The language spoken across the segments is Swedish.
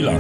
Rockhyllan.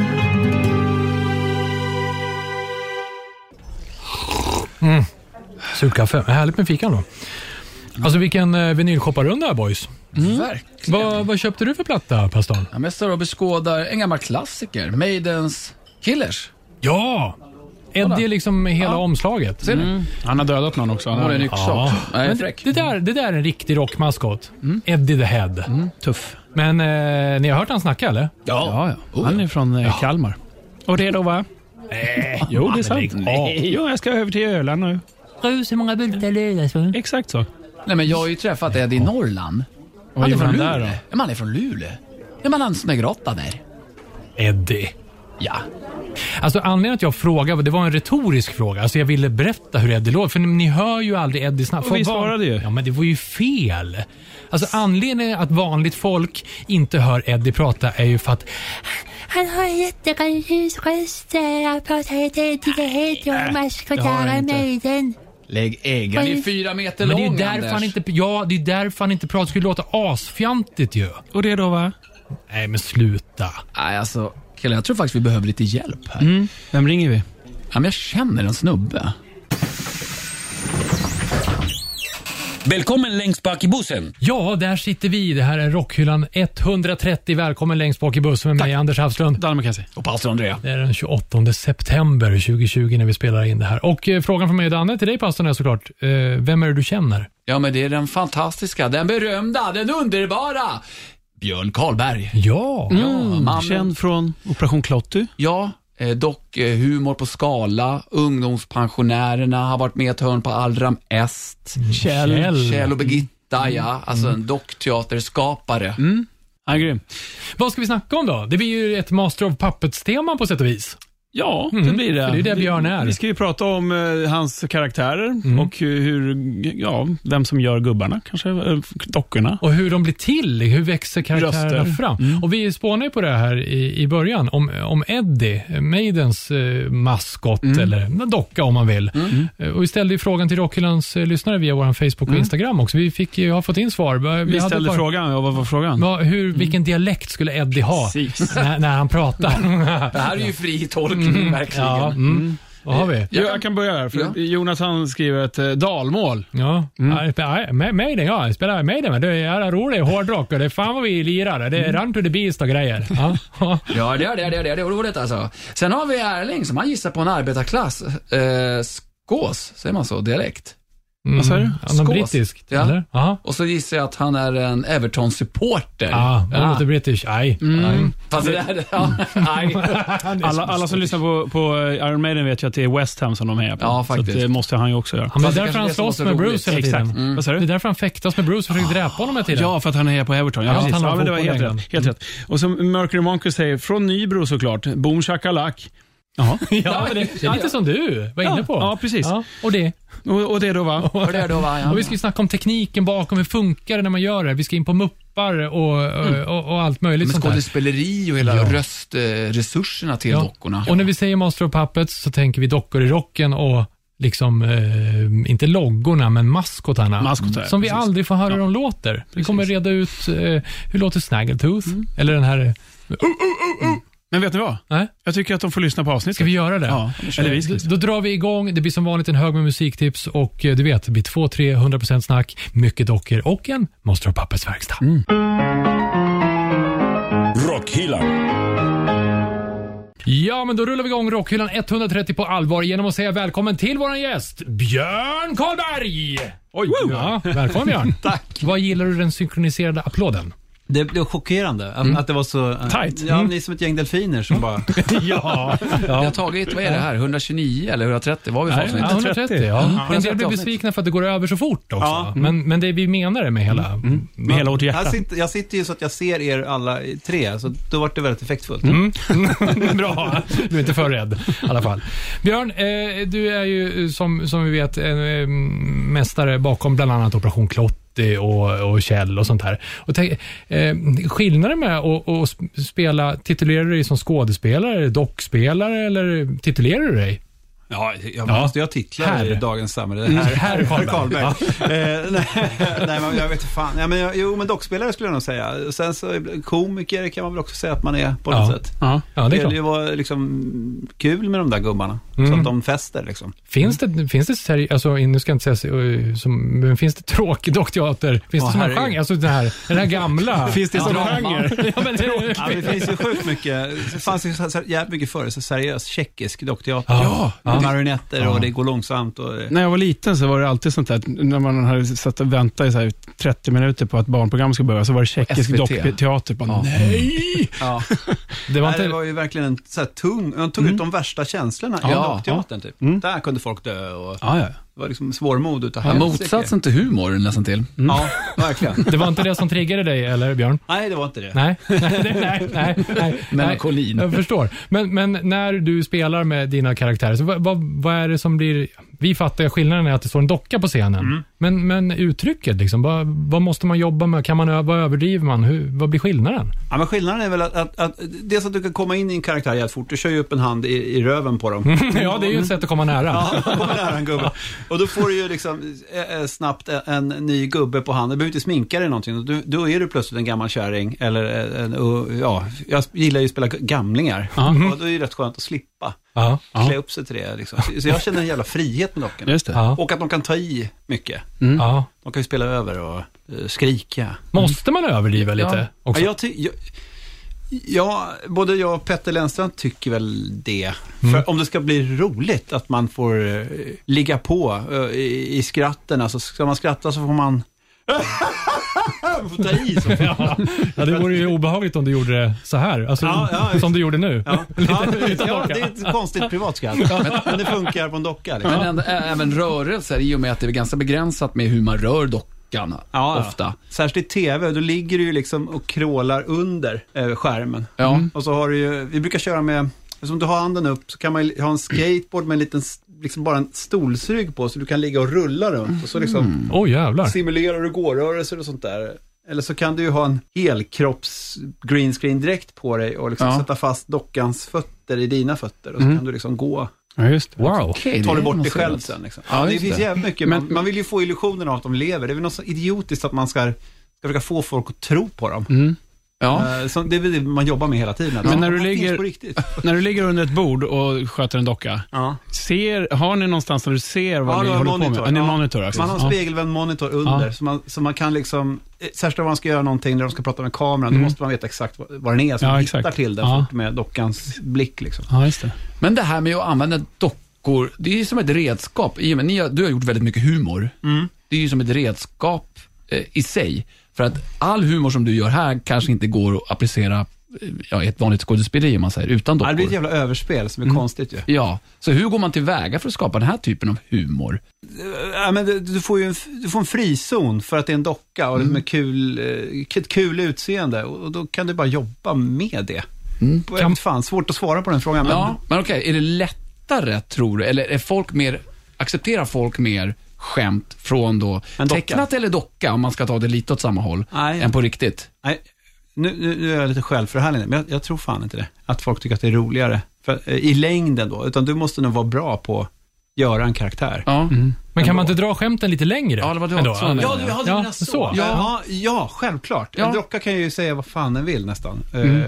Surkaffe. Härligt med fikan då. Alltså vilken vinylshopparrunda här, boys. Verkligen. Vad köpte du för platta, pastorn? Ja, men jag står och beskådar en gammal klassiker. Maidens Killers. Ja! Eddie är liksom hela omslaget. Ser ni? Han har dödat någon också. Han har en yxa också. Nej, Men fräck. det där är en riktig rockmaskot. Eddie the Head. Tuff. Men ni har hört han snacka, eller? Ja. Han är från Kalmar. Och redo, va? Jo, det är sant. Jo, jag ska över till Öland nu. Hur många bultar lödas? Exakt så. Nej, men jag har ju träffat Eddie i Norrland. Han är gjorde från han Luleå. där då? Ja, men han är från Luleå. Ja, men han som är grotta där. Eddie. Ja. Alltså anledningen att jag frågade, det var en retorisk fråga. Alltså jag ville berätta hur Eddie låg. För ni hör ju aldrig Eddie snabbt. Och vi svarade ju. Ja, men det var ju fel. Alltså anledningen att vanligt folk inte hör Eddie prata är ju för att han har en jättekonstig röst. Han pratar helt om maskotära Maiden. Lägg ägg. Han är 4 meter Men lång, det är därför Anders. det är därför han inte pratar. Det skulle låta asfjantigt ju. Och det då, va? Nej, men sluta. Nej, alltså, killar, jag tror faktiskt vi behöver lite hjälp här. Vem ringer vi? Ja, men jag känner en snubbe. Välkommen längst bak i bussen. Ja, där sitter vi. Det här är Rockhyllan 130. Välkommen längst bak i bussen med mig, Anders Havslund. Danne McKenzie. Och pastor Andrea. Det är den 28 september 2020 när vi spelar in det här. Och frågan från mig och Danne till dig, pastorn, är såklart, vem är det du känner? Ja, men det är den fantastiska, den berömda, den underbara Björn Karlberg. Ja. Mannen. Känd från Operation Klotty. Ja, dock humor på skala, ungdomspensionärerna har varit med ett hörn på Allram Est. Kjell och Birgitta, ja. Alltså en dockteaterskapare. Han är grym. Vad ska vi snacka om då? Det blir ju ett Master of Puppets-tema på sätt och vis. Ja, det blir det. För det är det Björn är. Vi ska ju prata om hans karaktärer och vem som gör gubbarna, kanske dockorna. Och hur de blir till, hur växer karaktärerna Röster. fram. Och vi spånar ju på det här i början om Eddie, Maidens maskot eller docka om man vill. Och vi ställde ju frågan till Rockhyllans lyssnare via vår Facebook och Instagram också. Vi har fått in svar. Vi ställde frågan, vad var frågan? Vilken dialekt skulle Eddie ha när han pratar? Det här är ju fri tolkning, verkligen. Ja, vad har vi? Jag kan börja här, för Jonas han skriver ett dalmål. Ja, Maiden, jag spelar Maiden, men det är roligt hårdrock och det är fan vad vi lirar. Det är Run to the Beast och grejer. Ja, det är roligt alltså. Sen har vi Erling som han gissar på en arbetarklass. Skås, säger man så, dialekt. Vad sa du? Någon brittisk, Ja. eller? Aha. Och så gissar jag att han är en Everton-supporter. Ja, det låter British. Aj. Fast det där, aj. Alla som lyssnar på Iron Maiden vet ju att det är West Ham som de är på. Ja, faktiskt. Så det måste han ju också göra. Ja, men det är Fast därför han det kanske slåss är med så Bruce hela roligt. tiden. Vad sa du? Det är därför han fäktas med Bruce och försöker dräpa honom hela tiden. Ja, för att han är på Everton. Ja, precis. han har Ja, men det var fotboll helt rätt. Och som Mercury Monk säger, från Nybro såklart, Boom Shakalak. Jaha. Ja, men det är lite som du var inne på. Ja, precis. Ja, och det. Och det då, va? Och det då var Och vi ska ju snacka om tekniken bakom, hur funkar det när man gör det. Vi ska in på muppar och allt möjligt med sånt där. skådespeleri och hela röstresurserna till dockorna. Och när vi säger Master of Puppets så tänker vi dockor i rocken och liksom, inte loggorna men maskotarna. Som vi aldrig får höra hur de låter. Vi kommer reda ut hur låter Snaggletooth eller den här... Men vet ni vad? Nej? Jag tycker att de får lyssna på avsnittet. Ska vi göra det? Ja, eller vi ska. Då drar vi igång. Det blir som vanligt en hög med musiktips och du vet, det blir 200-300% snack, mycket dockor och en Master of Puppets-verkstad. Rockhyllan. Ja, men då rullar vi igång Rockhyllan 130 på allvar genom att säga välkommen till våran gäst, Björn Karlberg! Oj, ja, välkommen Björn. Tack. Vad gillar du den synkroniserade applåden? Det blev chockerande att det var så... Tight. Ja, ni är som ett gäng delfiner som bara... Ja. Det har tagit, vad är det här, 129 eller 130? Vad har vi för Ja, avsnitt? 130, ja. En del blir besvikna för att det går över så fort också. Ja. Men det vi menar det med hela... Med hela vårt hjärta. Jag sitter ju så att jag ser er alla tre, så då var det väldigt effektfullt. Bra, du är inte för rädd i alla fall. Björn, du är ju som vi vet mästare bakom bland annat Operation Klotty och Kjell och sånt här. Och skillnaden med att spela, titulerar du dig som skådespelare, dockspelare eller titulerar du dig? Måste jag titlar i dagens samhälle? Herr Karlberg. Nej, men jag vet inte fan. Ja, men dockspelare skulle jag nog säga. Sen så komiker kan man väl också säga att man är på något sätt. Ja, det är klart. Det var liksom kul med de där gubbarna. Så att de fäster liksom. Finns det alltså, nu ska jag inte säga men finns det tråkig dockteater? Finns det som en genre? Alltså den här gamla. Finns det som genre? Det finns ju sjukt mycket. Det fanns ju jävligt mycket förr, så seriös tjeckisk dockteater. Marionetter och det går långsamt. Och när jag var liten så var det alltid sånt där, när man hade satt och väntat i så här 30 minuter på att barnprogram ska börja, så var det tjeckisk dockteater. Nej! Ja. Det var ju verkligen en så här tung, de tog ut de värsta känslorna i dockteatern typ. Där kunde folk dö och det var liksom svårmod utav motsatsen till humor nästan till. Ja, verkligen. Det var inte det som triggade dig, eller Björn? Nej, det var inte det. Nej. Melakolin. Jag förstår. Men när du spelar med dina karaktärer, så vad är det som blir... Vi fattar skillnaden är att det står en docka på scenen. Men uttrycket liksom, vad måste man jobba med? Vad överdriver man? Vad blir skillnaden? Ja, men skillnaden är väl att det så att du kan komma in i en karaktär jättefort. Du kör ju upp en hand i röven på dem. Ja, det är ju ett sätt att komma nära. Ja, komma nära en gubbe. Och då får du ju liksom snabbt en ny gubbe på handen. Du behöver inte sminka dig någonting. Då är du plötsligt en gammal kärring. Eller jag gillar ju att spela gamlingar. Och då är det rätt skönt att slippa. Klä upp sig till det liksom. Så jag känner en jävla frihet med dockorna. Just det. Och att de kan ta i mycket. De kan ju spela över och skrika. Måste man överdriva lite också? Både jag och Petter Lennstrand tycker väl det. För om det ska bli roligt att man får ligga på i skratten, alltså ska man skratta så får man får ta i så. Ja, det vore ju obehagligt om du gjorde det så här. Alltså, som du gjorde nu. Det är ett konstigt privatskratt. Men det funkar på en docka. Liksom. Men även rörelser, i och med att det är ganska begränsat med hur man rör dockan ofta. Särskilt i tv, då ligger du ju liksom och krålar under skärmen. Och så har du ju, vi brukar köra med, som du har handen upp så kan man ha en skateboard med en liten, liksom bara en stolsrygg på, så du kan ligga och rulla runt och så liksom simulerar du gårörelser och sånt där. Eller så kan du ju ha en helkropps green screen direkt på dig och liksom sätta fast dockans fötter i dina fötter och så kan du liksom gå. Ja, just det. Wow. Okay, tar du bort dig själv sen liksom. Det finns jävligt mycket. Man vill ju få illusionen av att de lever. Det är väl något så idiotiskt att man ska försöka få folk att tro på dem. Så det är det man jobbar med hela tiden. Men när du ligger under ett bord och sköter en docka, har ni någonstans där du ser vad ni håller på med? Monitor, man har en spegelvänd monitor under, så man kan liksom, särskilt om man ska göra någonting där de ska prata med kameran, då måste man veta exakt vad den är, så man hittar till den med dockans blick liksom. Just det. Men det här med att använda dockor, det är ju som ett redskap. I och med du har gjort väldigt mycket humor. Det är ju som ett redskap i sig. För att all humor som du gör här kanske inte går att applicera ett vanligt skådespeleri, om man säger, utan dockor. Det blir ett jävla överspel som är konstigt ju. Ja, så hur går man tillväga för att skapa den här typen av humor? Men du får en frizon för att det är en docka och med ett kul utseende, och då kan du bara jobba med det. Svårt att svara på den frågan. Men okej, är det lättare, tror du? Eller är accepterar folk mer skämt från då tecknat eller docka, om man ska ta det lite åt samma håll, än på riktigt? Nej, nu är jag lite självförhärligande, men jag tror fan inte det. Att folk tycker att det är roligare i längden då, utan du måste nog vara bra på att göra en karaktär. Men kan man inte dra skämten lite längre? Ja, det var det så. Ja, självklart. En docka kan ju säga vad fan den vill nästan.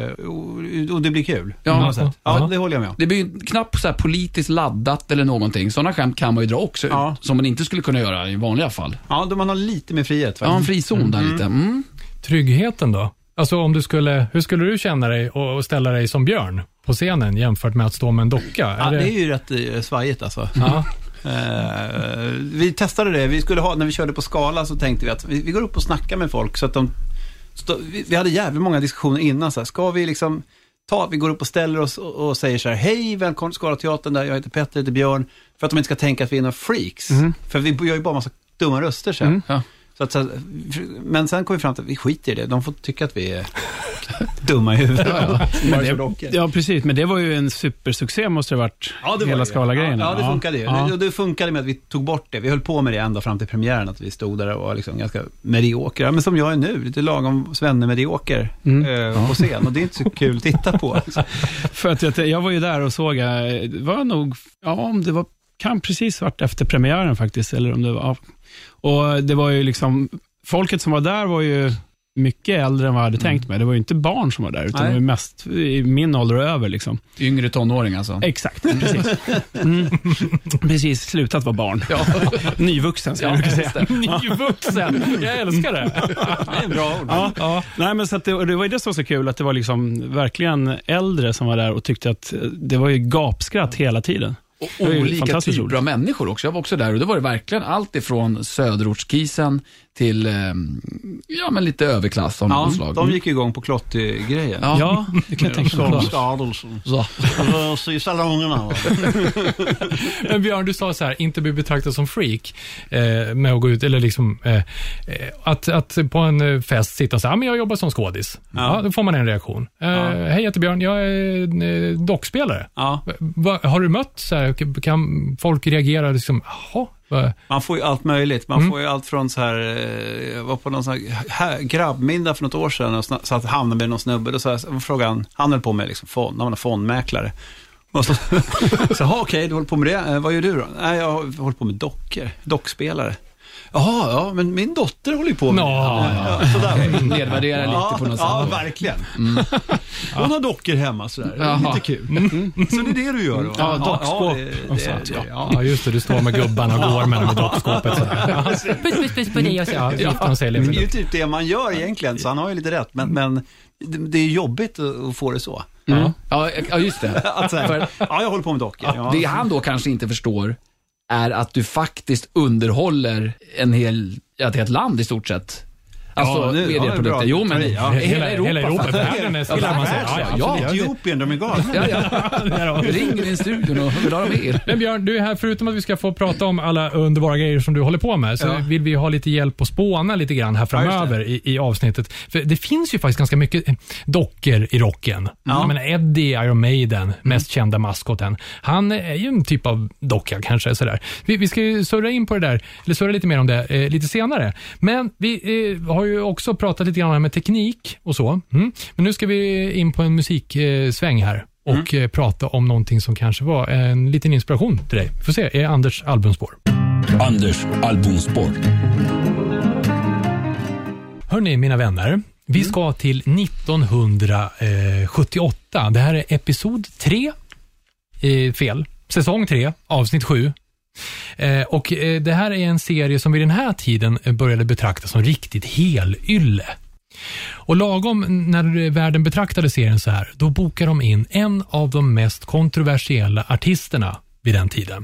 Och det blir kul. Det håller jag med om. Det blir ju knappt så här politiskt laddat eller någonting. Sådana skämt kan man ju dra också, som man inte skulle kunna göra i vanliga fall. Ja, då man har lite mer frihet. Ja, en frizon där lite. Tryggheten då? Alltså hur skulle du känna dig och ställa dig som Björn på scenen jämfört med att stå med en docka? Ja, det är ju rätt svajigt alltså. Vi testade det. När vi körde på Skala så tänkte vi att vi går upp och snackar med folk, så att vi hade jävligt många diskussioner innan. Så här, ska vi liksom vi går upp och ställer oss och säger så här: hej, välkommen till Skalateatern, där jag heter Petter, jag heter Björn, för att de inte ska tänka att vi är några freaks. För vi gör ju bara massa dumma röster sen. Men sen kom vi fram till att vi skiter i det. De får tycka att vi är dumma i huvudet. Ja, precis. Men det var ju en supersuccé, måste det ha varit, hela Skala-grejen. Ja, det funkade ju. Det funkade med att vi tog bort det. Vi höll på med det ända fram till premiären, att vi stod där och var liksom ganska mediokra. Men som jag är nu, lite lagom svenne-medioker på scen. Och det är inte så kul att titta på. För att jag var ju där och såg, var nog, om det var kan precis varit efter premiären faktiskt, eller om det var. Och det var ju liksom, folket som var där var ju mycket äldre än vad jag hade tänkt mig. Det var ju inte barn som var där, utan det var mest i min ålder och över liksom. Yngre tonåring alltså. Exakt, precis. Precis, slutat vara barn. Ja. Nyvuxen, ska jag säga. Nyvuxen, jag älskar det. Det är en bra ord. Ja. Nej, men så att det var ju det som var så kul, att det var liksom verkligen äldre som var där och tyckte att det var ju gapskratt hela tiden. Och olika typer av människor också. Jag var också där och då var det verkligen allt ifrån söderortskisen till men lite överklass av något slag. De gick igång på Klotty-grejen. Ja, det kan jag tänka mig. Så i salongerna. Men Björn, du sa så här, inte bli betraktad som freak med att gå ut, eller liksom att på en fest sitta och säga, men jag jobbar som skådis. Ja, då får man en reaktion. Hej, jag heter Björn, jag är dockspelare. Ja. Har du mött så här, kan folk reagera liksom, jaha? Man får ju allt möjligt. Man får ju allt från så här, jag var på någon sån här grabbmiddag för något år sedan och så att hamnade med någon snubbe och så frågade han höll på med liksom han var fondmäklare. Och så okej, du håller på med det. Vad gör du då? Nej, jag håller på med dockspelare. Ja, men min dotter håller ju på med sådär. Nedvärdera lite på något sätt. Ja, verkligen. Hon har dockor hemma sådär. Det är lite kul. Så det är det du gör då? Ja, dockskåp. Ja, just det. Du står med gubbarna och går med dockskåpet sådär. Puss på dig och så. Det är ju typ det man gör egentligen, så han har ju lite rätt. Men det är jobbigt att få det så. Ja, just det. Jag håller på med dockor. Ja. Det han då kanske inte förstår är att du faktiskt underhåller ett helt land i stort sett. Alltså medieprodukter. Jo, men hela Europa. Världen skulle man säga. Etiopien, de är galna. Ringer in studion och vill ha dem er. Men Björn, du är här, förutom att vi ska få prata om alla underbara grejer som du håller på med, så vill vi ha lite hjälp att spåna lite grann här framöver i avsnittet. För det finns ju faktiskt ganska mycket dockor i rocken. Jag menar, Eddie, Iron Maiden, mest kända maskoten. Han är ju en typ av docka kanske sådär. Vi ska ju surra in på det där, eller surra lite mer om det lite senare. Men vi har ju också pratat lite grann med teknik och så. Men nu ska vi in på en musiksväng här och prata om någonting som kanske var en liten inspiration till dig. Får se, är Anders albumspår. Anders albumspår. Hörrni, mina vänner, vi ska till 1978. Det här är episod 3, säsong 3, avsnitt 7. Och det här är en serie som vid den här tiden började betraktas som riktigt helylle. Och lagom när världen betraktade serien så här, då bokar de in en av de mest kontroversiella artisterna vid den tiden.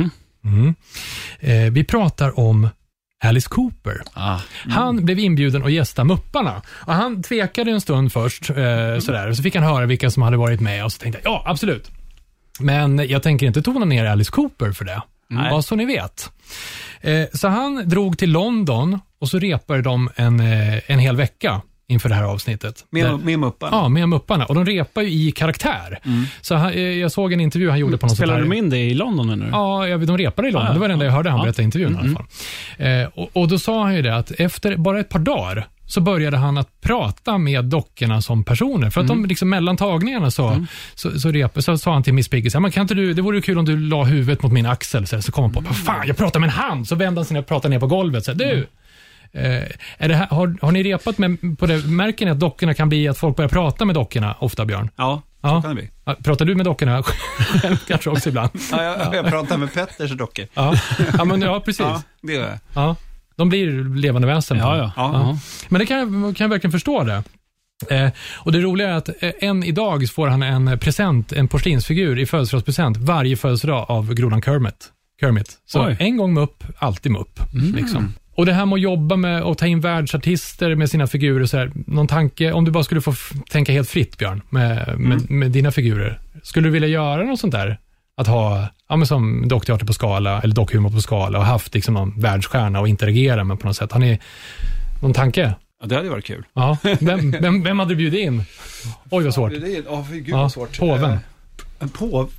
Vi pratar om Alice Cooper. Han blev inbjuden att gästa Mupparna. Och han tvekade en stund först sådär, och så fick han höra vilka som hade varit med och så tänkte jag, ja absolut. Men jag tänker inte tona ner Alice Cooper för det. Vad så ni vet. Så han drog till London och så repade de en hel vecka inför det här avsnittet. Med Mupparna? Ja, med Mupparna. Och de repar ju i karaktär. Så jag såg en intervju han gjorde på något sätt. Spelade de in det i London nu? Ja, de repade i London. Det var det enda jag hörde han berätta i intervjun i alla fall. Och då sa han ju det att efter bara ett par dagar så började han att prata med dockorna som personer. För att de liksom mellan tagningarna så sa han till Miss Piggy, men kan inte du, det vore ju kul om du la huvudet mot min axel. Så kom han på, fan, jag pratar med en hand. Så vände han sig och pratade ner på golvet. Så, är det här, har ni repat med på det? Märker ni att dockorna kan bli att folk börjar prata med dockorna ofta, Björn? Ja, så kan det bli. Pratar du med dockorna kanske också ibland? Ja, jag pratar med Petters dockor. Ja, precis. Ja, det gör jag. Ja, de blir levande väsen. Ja. Men det kan jag verkligen förstå det. Och det roliga är att än idag får han en present, en porslinsfigur i födelsedagspresent varje födelsedag av grodan Kermit. Så en gång Mupp, alltid Mupp. Liksom. Och det här med att jobba med och ta in världsartister med sina figurer så här, någon tanke, om du bara skulle få tänka helt fritt, Björn, med dina figurer. Skulle du vilja göra något sånt där? Att ha, som dockteater på skala eller dockhumor på skala och haft liksom någon världsstjärna och interagera med på något sätt. Har ni någon tanke? Ja, det hade varit kul. Ja. Vem hade du bjudit in? Oj, vad svårt. Gud vad svårt. Påven. En påve?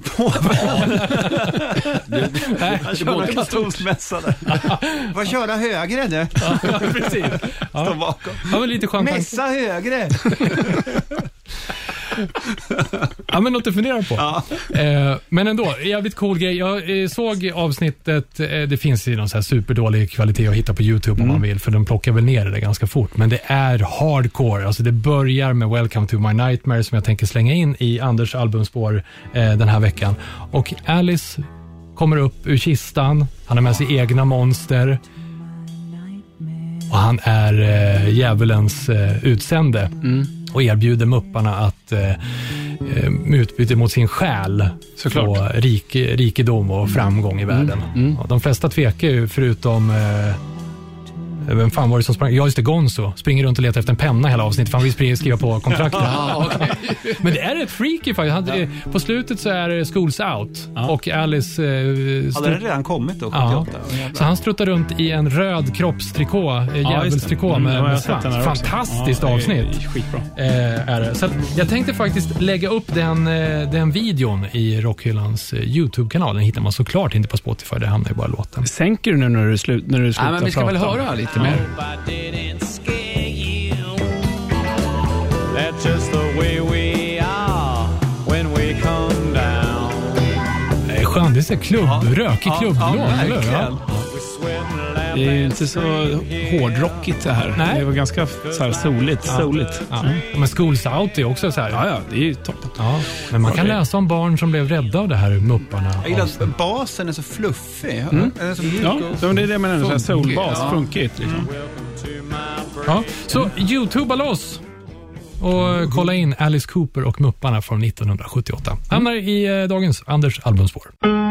Han kör någon katolsmässa där. Får köra högre nu? Ja, precis. Stå bakom. Ja, men lite skönt. Mässa högre! Ja, men något att fundera på. Ja. Men ändå, jävligt cool grej. Jag såg avsnittet, det finns i någon så här superdålig kvalitet att hitta på YouTube om man vill, för de plockar väl ner det ganska fort. Men det är hardcore. Alltså det börjar med Welcome to my nightmare som jag tänker slänga in i Anders albumspår den här veckan. Och Alice kommer upp ur kistan. Han har med sig egna monster. Och han är djävulens utsände. Och erbjuder mupparna att utbyte mot sin själ få rikedom och framgång i världen. Och de flesta tvekar ju förutom vem fan var det som sprang? Ja, just det, Gonzo. Springer runt och letar efter en penna hela avsnittet för han vill skriva på kontraktet. Men det är ett freaky faktiskt. På slutet så är det School's Out. Och Alice... hade det redan kommit då, 78? Så han struttar runt i en röd kroppstrikå, djävulstrikå med svans. Fantastiskt avsnitt. Skitbra. Är det. Så att jag tänkte faktiskt lägga upp den videon i Rockhyllans YouTube-kanal. Den hittar man såklart inte på Spotify, det hamnar ju bara låten. Sänker du nu när du slutar prata? Men vi ska väl höra lite mer. That's just the way we are when we come down. Skön, det är rökig klubblåt, eller hur? Ja. Det är ju inte så hårdrockigt det här. Nej. Det var ganska så här soligt. Ja. Men School's Out är också så här. Ja, det är ju toppen. Ja. Men man kan läsa om barn som blev rädda av det här mupparna. Jag gillar att basen är så fluffig. Den är så mjuk och det är det man ändå säger, soulbas, funkigt liksom. Ja, så YouTubea loss och kolla in Alice Cooper och mupparna från 1978. Hamnar i dagens Anders albumspår.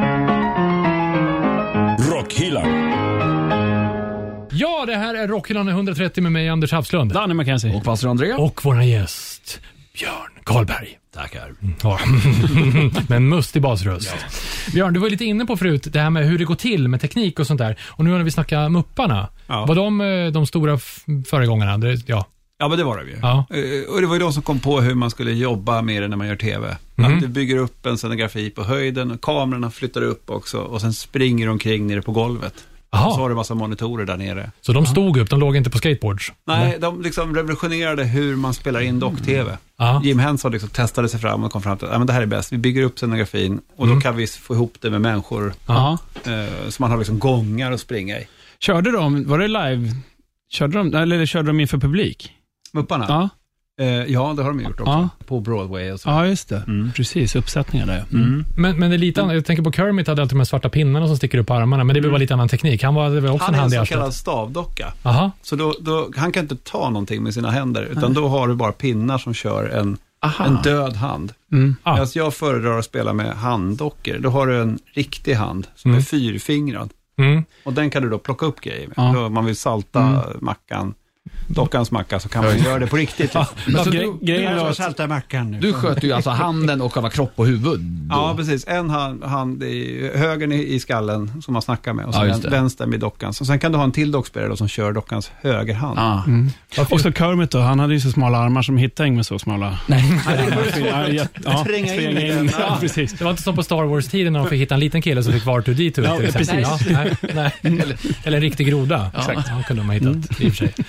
Rockhyllan. Ja, det här är Rockhyllan 130 med mig, Anders Hafslund. Danny McKenzie. Och pastor André. Och våran gäst, Björn Karlberg. Tackar. Ja. Med en mustig basröst. Ja. Björn, du var lite inne på förut det här med hur det går till med teknik och sånt där. Och nu när vi snackar mupparna. Ja. Var de stora föregångarna? Ja, men det var det ju. Ja. Och det var ju de som kom på hur man skulle jobba med det när man gör tv. Att du bygger upp en scenografi på höjden och kamerorna flyttar upp också och sen springer de omkring nere på golvet. Och så har du massa monitorer där nere. Så de stod upp, de låg inte på skateboards? Nej, de liksom revolutionerade hur man spelar in dock-tv. Jim Henson liksom testade sig fram och kom fram till att det här är bäst. Vi bygger upp scenografin och då kan vi få ihop det med människor. Så man har liksom gångar att springa i. Körde de, var det live? Eller körde de inför publik? Mupparna? Ja. Ja, det har de gjort också. På Broadway och så. Ja, just det. Precis, uppsättningar där. Men det är lite jag tänker på Kermit hade alltid de här svarta pinnarna som sticker upp på armarna, men det blir bara lite annan teknik. Han var väl också en hand i arslet. Han är en så kallad stavdocka. Så då, han kan inte ta någonting med sina händer, utan då har du bara pinnar som kör en död hand. Alltså jag föredrar att spela med handdockor. Då har du en riktig hand som är fyrfingrad. Och den kan du då plocka upp grejer med. Då man vill salta mackan. Dockans macka, så kan man göra det på riktigt. Salta mackan nu. Du sköter ju alltså handen och själva kropp och huvud. Då. Ja, precis. En hand i högern i skallen som man snackar med och sen vänster med dockans. Och sen kan du ha en till dockspelare som kör dockans högerhand. Och så Kermit då, han hade ju så smala armar som Hittang med så smala. Tränga in. Ja, precis. Det var inte som på Star Wars-tiden när de fick hitta en liten kille som fick vart ur dit. Precis. Eller en riktig groda. Exakt. Han kunde de ha hittat i och för sig.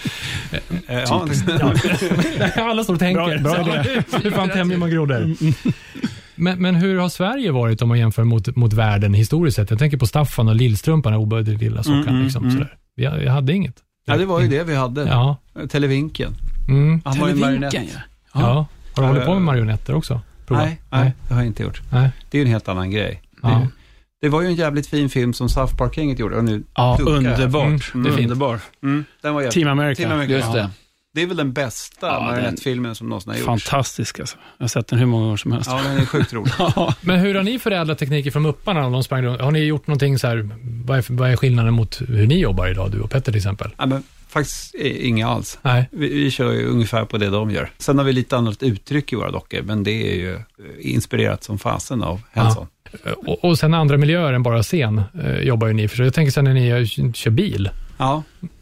Alla står och tänker. Bra idé. Hur fan tämjer man grodor? Men hur har Sverige varit om man jämför mot världen historiskt sett? Jag tänker på Staffan och Lillstrumpan och oböjlig lilla sockan. Liksom, sådär. Jag hade inget. Ja, det var ju det vi hade. Televinken. Han var en marionett. Ja. Har du hållit på med marionetter också? Nej, det har jag inte gjort. Nej. Det är ju en helt annan grej. Det var ju en jävligt fin film som South Park-gänget gjorde. Och nu underbart. Det är fint. Underbar. Den var Team America. Just det. Det är väl den bästa marionettfilmen som någonsin har gjorts. Fantastisk alltså. Jag har sett den hur många gånger som helst. Ja, den är sjukt rolig. Men hur har ni förädlat tekniker från mupparna om de sprang runt? Har ni gjort någonting så här, vad är skillnaden mot hur ni jobbar idag, du och Petter till exempel? Ja, men faktiskt inga alls. Nej. Vi kör ju ungefär på det de gör. Sen har vi lite annat uttryck i våra dockor, men det är ju inspirerat som fasen av Henson. Och sen andra miljöer än bara scen jobbar ju ni för. Jag tänker sen när ni kör bil. Ja.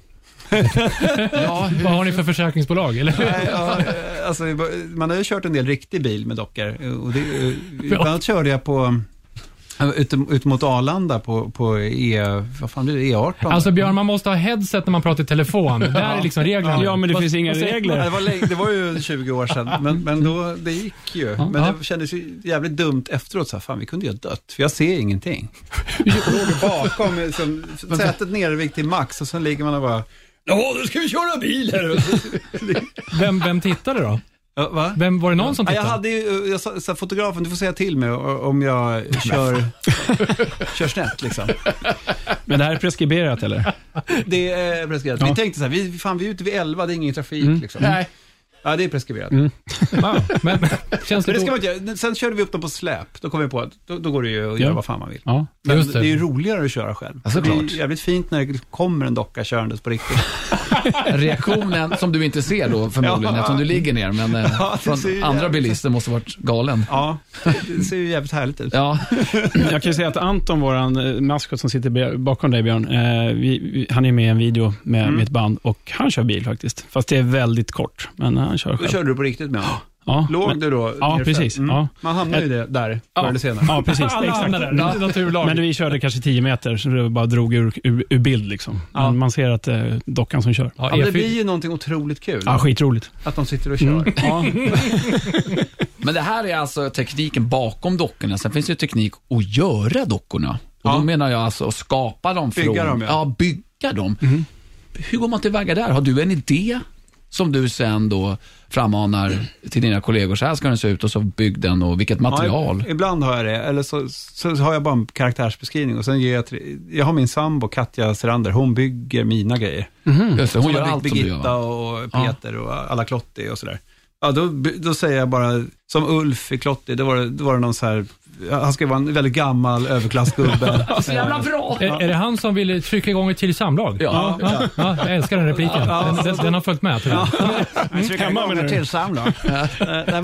Vad har ni för försäkringsbolag? Eller? Alltså, man har ju kört en del riktig bil med dockor. Och ibland körde jag på Ut mot Arlanda på vad fan blir det, E18? Alltså Björn, man måste ha headset när man pratar i telefon. Det är liksom reglerna. Ja, men det finns inga regler. Det var ju 20 år sedan, men då, det gick ju. Men det kändes ju jävligt dumt efteråt. Så här, fan, vi kunde ju ha dött, för jag ser ingenting. Jag låg bakom, liksom, sätet nervikt till max, och sen ligger man och bara, nu ska vi köra bil här. Vem tittade då? Va? Vem var det någon som tittade? Jag hade ju, fotografen, du får säga till mig om jag kör snett liksom. Men det här är preskriberat eller? Det är preskriberat. Vi tänkte så här, vi är ute vid 11, det är ingen trafik liksom. Nej. Ja, det är preskriberat. Wow. Men känns det ska man inte göra. Sen körde vi upp dem på släp. Då kom vi på att då går det ju att göra vad fan man vill. Ja. Men Just det är ju roligare att köra själv. Alltså, det är klart. jävligt fint när det kommer en docka körandes på riktigt. Reaktionen som du inte ser då förmodligen, eftersom du ligger ner, men från andra bilister måste varit galen. Ja, det ser ju jävligt härligt ut. Ja. Jag kan ju säga att Anton, våran maskot som sitter bakom dig, Björn, han är med i en video med ett band, och han kör bil faktiskt. Fast det är väldigt kort, men han kör själv. Då körde du på riktigt med honom. Ja, Låg du då? Ja, precis. Ja. Man hamnar ju där förr eller senare. Ja, precis. Alla hamnar där. Ja. Naturlag. Men vi körde kanske 10 meter, så det bara drog ur bild liksom. Men man ser att det är dockan som kör. Ja, men det blir ju någonting otroligt kul. Ja, skitroligt. Att de sitter och kör. Ja. Men det här är alltså tekniken bakom dockorna. Sen finns det ju teknik att göra dockorna. Och då menar jag alltså att skapa dem från... Bygga dem, ja. Bygga dem. Hur går man tillväga där? Har du en idé som du sen då framanar till dina kollegor? Så här ska den se ut, och så bygg den, och vilket material. Ja, ibland har jag det. Eller så har jag bara en karaktärsbeskrivning, och sen ger jag har min sambo Katja Serander. Hon bygger mina grejer. Just det, hon gör allt Birgitta som du gör. och Peter och alla Klotti och sådär. Ja, då säger jag bara, som Ulf i Klotti, då var det någon så här, han ska vara en väldigt gammal överklassgubbe. Så jävla bra! Är det han som ville trycka igång ett till samlag? Ja. Ja, jag älskar den repliken. Den har följt med. Trycka igång ett till samlag. Nej,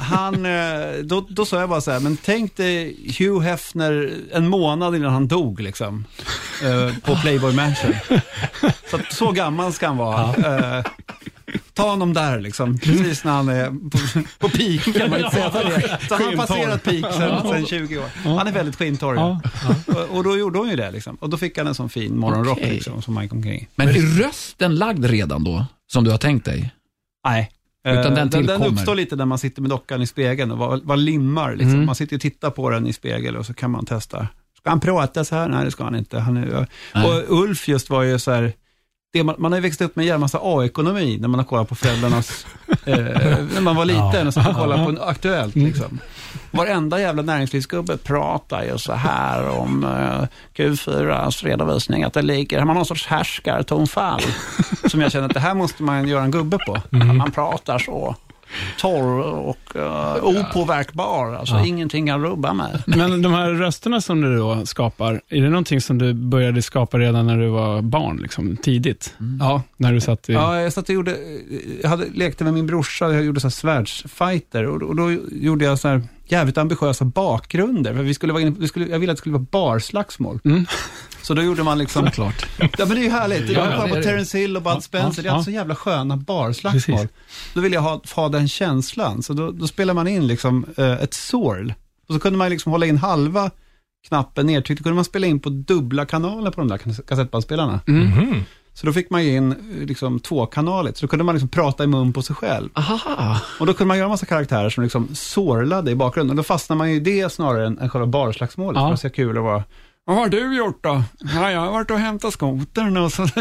men då sa jag bara så här, men tänk dig Hugh Hefner en månad innan han dog liksom, på Playboy Mansion. Så gammal ska han vara. Ta honom där liksom, precis när han är på peak, kan man inte säga att han är. Så han har passerat peak sen 20 år. Han är väldigt skintorr. Och då gjorde hon ju det liksom. Och då fick han en sån fin morgonrock liksom, som man kom kring. Men är rösten lagd redan då, som du har tänkt dig? Nej. Utan den uppstår lite när man sitter med dockan i spegeln och vad limmar liksom. Man sitter och tittar på den i spegel, och så kan man testa. Ska han prata så här? Nej, det ska han inte. Och Ulf just var ju så här, man har ju växt upp med en jävla massa A-ekonomi när man har kollat på föräldrarnas när man var liten, och så har man kollat på en Aktuellt liksom. Varenda jävla näringslivsgubbe pratar ju så här om Q4:s redovisning, att det ligger, man har någon sorts härskartonfall som jag känner att det här måste man göra en gubbe på. Man pratar så torr och opåverkbar, alltså ingenting kan rubba mig. Men de här rösterna som du då skapar, är det någonting som du började skapa redan när du var barn, liksom, tidigt? Ja. När du satt i... Ja, jag satt och lekte med min brorsa, jag gjorde så här svärdsfighter, och då gjorde jag så här jävligt ambitiösa bakgrunder, för jag ville att det skulle vara barslagsmål. Så då gjorde man liksom... Klart. Ja, men det är ju härligt. Jag var på det. Terence Hill och Bud Spencer. Det är så jävla sköna barslagsmål. Precis. Då ville jag ha den känslan. Så då spelar man in liksom ett sorl. Och så kunde man liksom hålla in halva knappen nedtryckt. Då kunde man spela in på dubbla kanaler på de där kassettbandspelarna. Så då fick man ju in liksom 2-kanaligt. Så då kunde man liksom prata i mun på sig själv. Aha. Och då kunde man göra en massa karaktärer som liksom sorlade i bakgrunden. Och då fastnar man ju i det snarare än själva barslagsmålet. För det ser kul att vara... Vad har du gjort då? Ja, jag har varit och hämtat skotern och så att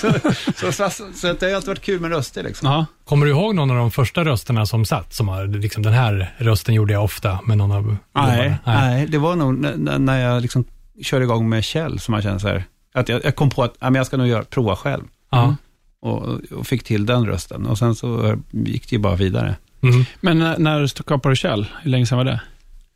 det har alltid varit kul med röster liksom. Ja. Kommer du ihåg någon av de första rösterna som satt? Som har, liksom, den här rösten gjorde jag ofta med någon av... Nej, det var nog när jag liksom körde igång med Kjell, som man känner så här, att jag kom på att jag ska nog prova själv. Ja. Och fick till den rösten. Och sen så gick det ju bara vidare. Men när skapade du Kjell? Hur länge sedan var det?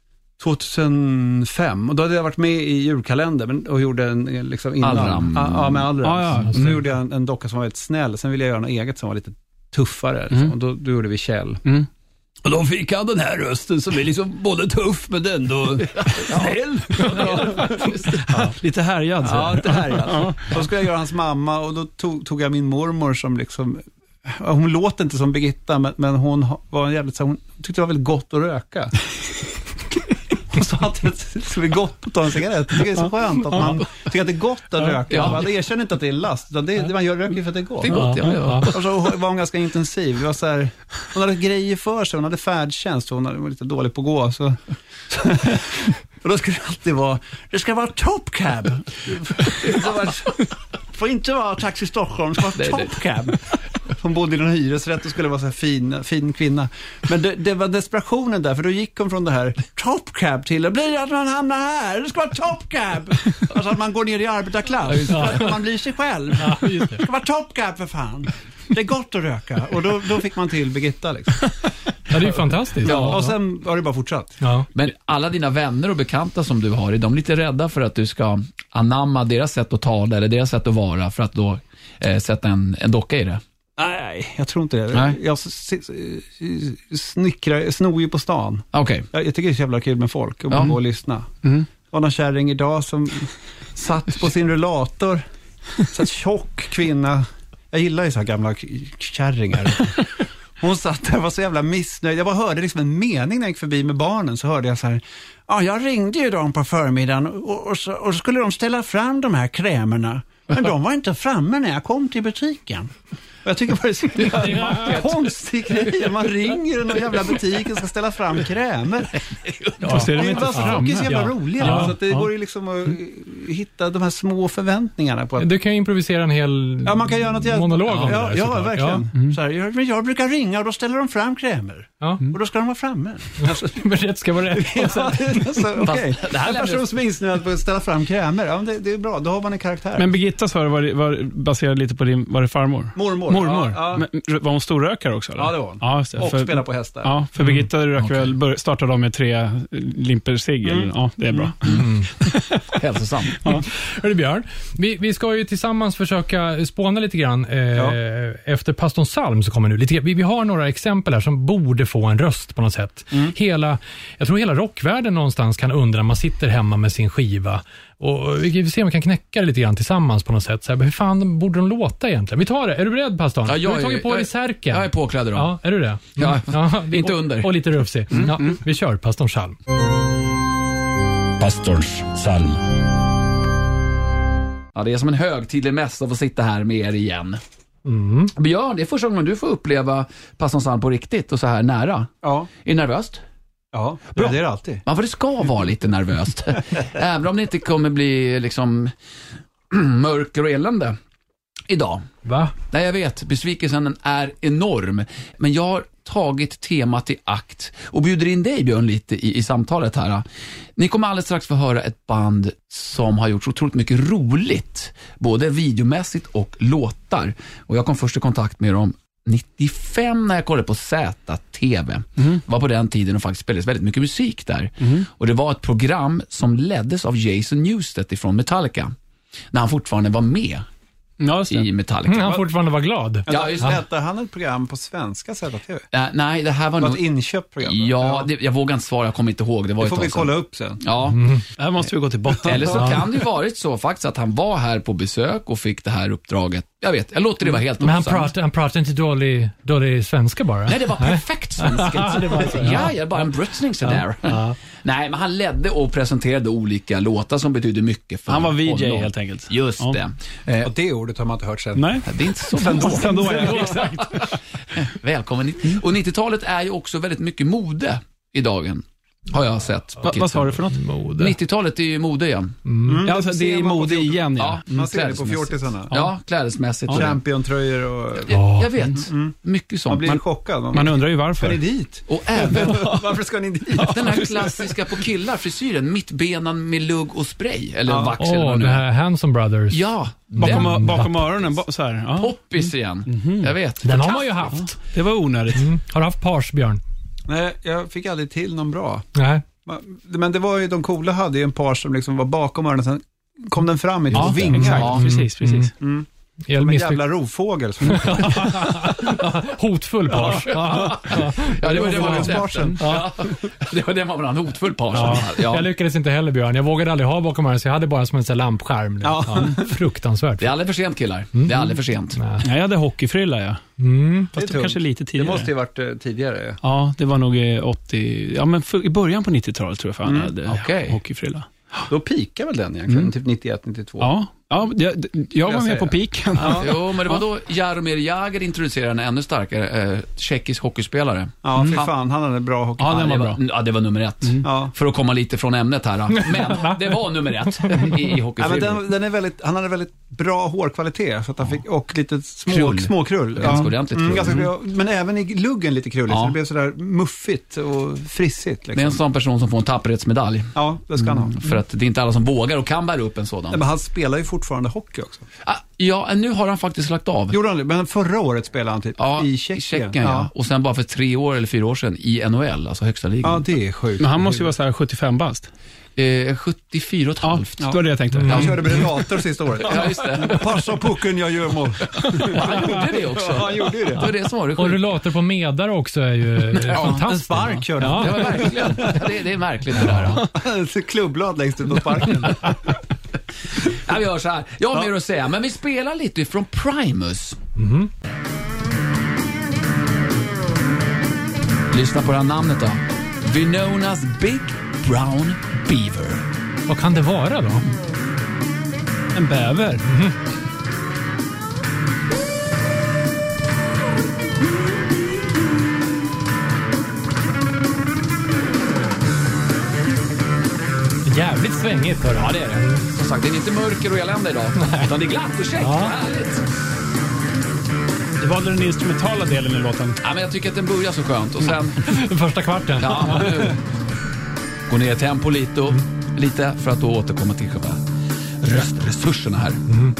2005, och då hade jag varit med i julkalendern och gjorde en liksom innan. Allram. Ja, med Allram. Så gjorde jag en docka som var väldigt snäll. Sen ville jag göra något eget som var lite tuffare. Liksom. Och då gjorde vi Kjell. Och då fick han den här rösten som är liksom både tuff men ändå snäll. Lite härjad. Ja, lite härjad. Då skulle jag göra hans mamma, och då tog jag min mormor som liksom... Hon låter inte som Birgitta, men hon var en jävligt... Hon tyckte det var väldigt gott att röka. och sa att det är gott att ta en cigarett. Jag tycker det är så skönt att man tycker att det är gott att röka. Ja. Man erkänner inte att det är last, utan man gör röker för att det är gott. Det är gott, ja. Och så var hon ganska intensiv. Det var så här, hon hade grejer för sig, hon hade färdtjänst, hon var lite dålig på att gå. Så. Och då skulle det alltid vara, det ska vara top cab. Får inte vara Taxi Stockholm, det ska vara top cab. Hon bodde i någon hyresrätt och skulle vara så här fin kvinna. Men det var desperationen där, för då gick hon från det här top cab till att blir att man hamnar här, det ska vara top cab. Alltså att man går ner i arbetarklass. Man blir sig själv. Det ska vara top cab för fan. Det är gott att röka. Och då fick man till Birgitta liksom. Ja, det är ju fantastiskt. Ja, och sen har det bara fortsatt. Ja. Men alla dina vänner och bekanta som du har, är de lite rädda för att du ska anamma deras sätt att ta det eller deras sätt att vara för att då sätta en docka i det? Nej, jag tror inte det. Nej. Jag snor ju på stan. Okej. Jag tycker det är så jävla kul med folk och gå och lyssna. Mm. Det var någon kärring idag som satt på sin rullator. Så att tjock kvinna. Jag gillar ju så här gamla kärringar. Hon satt där och var så jävla missnöjd. Jag bara hörde liksom en mening när jag gick förbi med barnen. Så hörde jag så här. Ja, jag ringde ju dem på förmiddagen och så skulle de ställa fram de här krämerna. Men de var inte framme när jag kom till butiken. Och jag tycker bara det är så konstig grej. Man ringer någon jävla butik och ska ställa fram krämer. Ja, så är de inte Folk är framme. så jävla roliga. Ja. Så att det går ju liksom att hitta de här små förväntningarna på att... Du kan ju improvisera en hel Ja, man kan göra något monolog om ja, det. ja, såklart. verkligen. Ja. Så här, jag brukar ringa och då ställer de fram krämer. Ja. Och då ska de vara framme. Alltså, Men rätt ska vara rätt. okej. det här En lämnar- person som är insnöad på att ställa fram krämer. Ja, men det är bra, då har man en karaktär. Men Birgitta sa det var baserat lite på var det farmor? Mormor. Mormor. Ja, ja. Men, var hon storrökare också? Eller? Ja, det var hon. Ja, just det. Och spela på hästar. Ja, för Birgitta rök väl, startade de med 3 limper cigg. Ja, det är bra. Hälsosamt. Hörru Björn, vi ska ju tillsammans försöka spåna lite grann efter Pastorn Salm som kommer nu. Vi har några exempel här som borde få en röst på något sätt. Jag tror hela rockvärlden någonstans kan undra när man sitter hemma med sin skiva. Och vi kan se om vi kan knäcka det lite grann tillsammans på något sätt. Så här, hur fan borde de låta egentligen? Vi tar det. Är du beredd, Pastorn? Ja, du har tagit på dig särken. Jag är påklädd idag. Ja, är du det? Ja, inte och, under. Och lite rufsig. Ja, vi kör Pastorn Salm. Pastorns psalm. Ja, det är som en högtidlig mässa att få sitta här med er igen. Björn, det är första gången du får uppleva Pastorns psalm på riktigt och så här nära. Ja. Är du nervöst? Ja, Bra. det är det alltid. Ja, för det ska vara lite nervöst. Även om det inte kommer bli liksom mörker och elände idag. Va? Nej, jag vet. Besvikelsen är enorm. Men jag har tagit temat i akt och bjuder in dig, Björn, lite i samtalet här. Ni kommer alldeles strax få höra ett band som har gjort så otroligt mycket roligt. Både videomässigt och låtar. Och jag kom först i kontakt med dem 95 när jag kollade på ZTV. Det var på den tiden och faktiskt spelades väldigt mycket musik där. Och det var ett program som leddes av Jason Newsted ifrån Metallica. När han fortfarande var med Ja, just det. i Metallica. Han fortfarande var glad. Ja, just det. Hette han ett program på svenska ZTV? Nej, det här var Det var nog... ett inköpt program. Ja, jag vågar inte svara, jag kommer inte ihåg. Det var Det ett får tag vi sedan. kolla upp sen. Ja, Det här måste vi gå till botten. eller så kan det ju varit så faktiskt att han var här på besök och fick det här uppdraget. Jag låter det vara helt Men osant. han pratar inte dålig svenska bara. Nej, det var perfekt svenska. Ja, jag bara en brötsning sådär. Nej, men han ledde och presenterade olika låtar som betydde mycket för Han var VJ honom. helt enkelt. Just Ja. det. Och det ordet har man inte hört sen. Nej. Det är inte så Sen då är det exakt. Välkommen. Och 90-talet är ju också väldigt mycket mode i dagen. Har jag sett. Vad sa du för något? Mode. 90-talet är ju mode igen. Ja, alltså, det är mode igen, ja. Man ser det på klädesmässigt. fjortisarna. Ja, klädesmässigt. Championtröjor och... Jag vet. Mycket Man sånt. blir chockad. Man undrar ju Ska varför. ni dit? Och även Varför ska ni dit? den här klassiska på killar frisyren, mittbenan med lugg och spray. Eller vax eller Åh, vad nu det är. här Hanson Brothers. Ja, Bakom öronen, så här. Ja. poppis igen. Jag vet. Den har man ju haft. Det var onödigt. Har du haft pars, Björn? Nej, jag fick aldrig till någon bra. Nej. Men det var ju, de coola hade ju en par som liksom var bakom öronen, sen kom den fram i Ja, vingar. Exakt, precis. Som en jävla rovfågel. Hotfull page. Ja, det var det man Fågelsparsen. Det var det man var en hotfull page. Ja. Ja. Jag lyckades inte heller, Björn. Jag vågade aldrig ha bakom mig, så jag hade bara som en sån här lampskärm. Ja. Fruktansvärt. Det är aldrig för sent, killar. Det är aldrig för sent. Nej. Jag hade hockeyfrilla, ja. Fast det tungt. kanske lite Det tidigare. måste ju varit tidigare. Ja, det var nog 80... Ja, men i början på 90-talet tror jag fan jag hade okej. hockeyfrilla. Då pikar väl den egentligen, typ 91, 92. Ja, jag var med på piken. Jo, men det var då Jaromir Jagr introducerade en ännu starkare tjeckisk hockeyspelare. Ja, för fan, han hade bra hockey. Ja, den var det bra. Ja, det var nummer 1. Ja. För att komma lite från ämnet här. Men det var nummer 1 i Ja, hockeyfrillor. men den är väldigt, han hade väldigt bra hårkvalitet så att han fick, och lite Krull. små krull. Ganska ordentligt krull. Ganska bra, men även i luggen lite krulligt, Ja. så det blev sådär muffigt och frissigt. Det är en Liksom. sån person som får en tapperhetsmedalj. Ja, det ska han ha. För att det är inte alla som vågar och kan bära upp en sådan. Nej, men han spelar ju fortfarande hockey också. Ja, nu har han faktiskt lagt av. Gjorde han det? Men förra året spelade han typ Ja, i Tjeckien. ja. Och sen bara för 3 år eller 4 år sedan i NHL, alltså högsta ligan. Ja, det är sjukt. Men han måste ju vara så här 75 bast. 74 och ett Ja, halvt. det var det jag tänkte. Han körde med relator sista året. Ja, just det. Passa pucken, jag gör mål. Han gjorde det också. Ja, han gjorde ju Det var det. det som var det Och sjukt. rullator på medar också är ju fantastiskt. En spark körde han. Det var verkligen. Det är märkligt det där. Ja. Klubbblad längst ut på sparken. Ja, vi gör så här. Jag har mer att säga, men vi spelar lite från Primus. Lyssna på det här namnet då. Vinonas Big Brown Beaver. Vad kan det vara då? En bäver. Jävligt svängigt. Hörru. Ja, det är det. Som sagt, det är inte mörker och elände idag. Utan det är glatt och käckt. Ja. Härligt. Det var den instrumentala delen i låten. Ja, men jag tycker att den börjar så skönt. Och sen... Den första kvarten. Ja, nu. Gå ner i tempo lite för att då återkomma till själva röstresurserna här.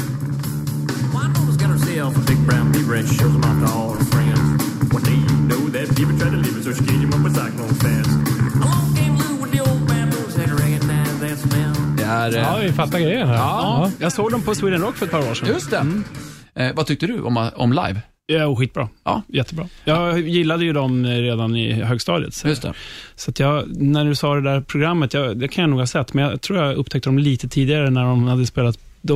Winona's got herself a big brown beaver and she shows him off to all her friends. One day you know that beaver tried to leave her, so she gave him up a cyclone fast. Along came Lou with the old bamboo, said recognize that smell. Det är... Ja, vi fattar grejen här. Ja. Jag såg dem på Sweden Rock för ett par år sedan. Just det. Vad tyckte du om live? Ja, skitbra. Ja. Jättebra. Jag gillade ju dem redan i högstadiet. Så, Just det. så att när du sa det där programmet, det kan jag nog ha sett, men jag tror jag upptäckte dem lite tidigare när de hade spelat. Det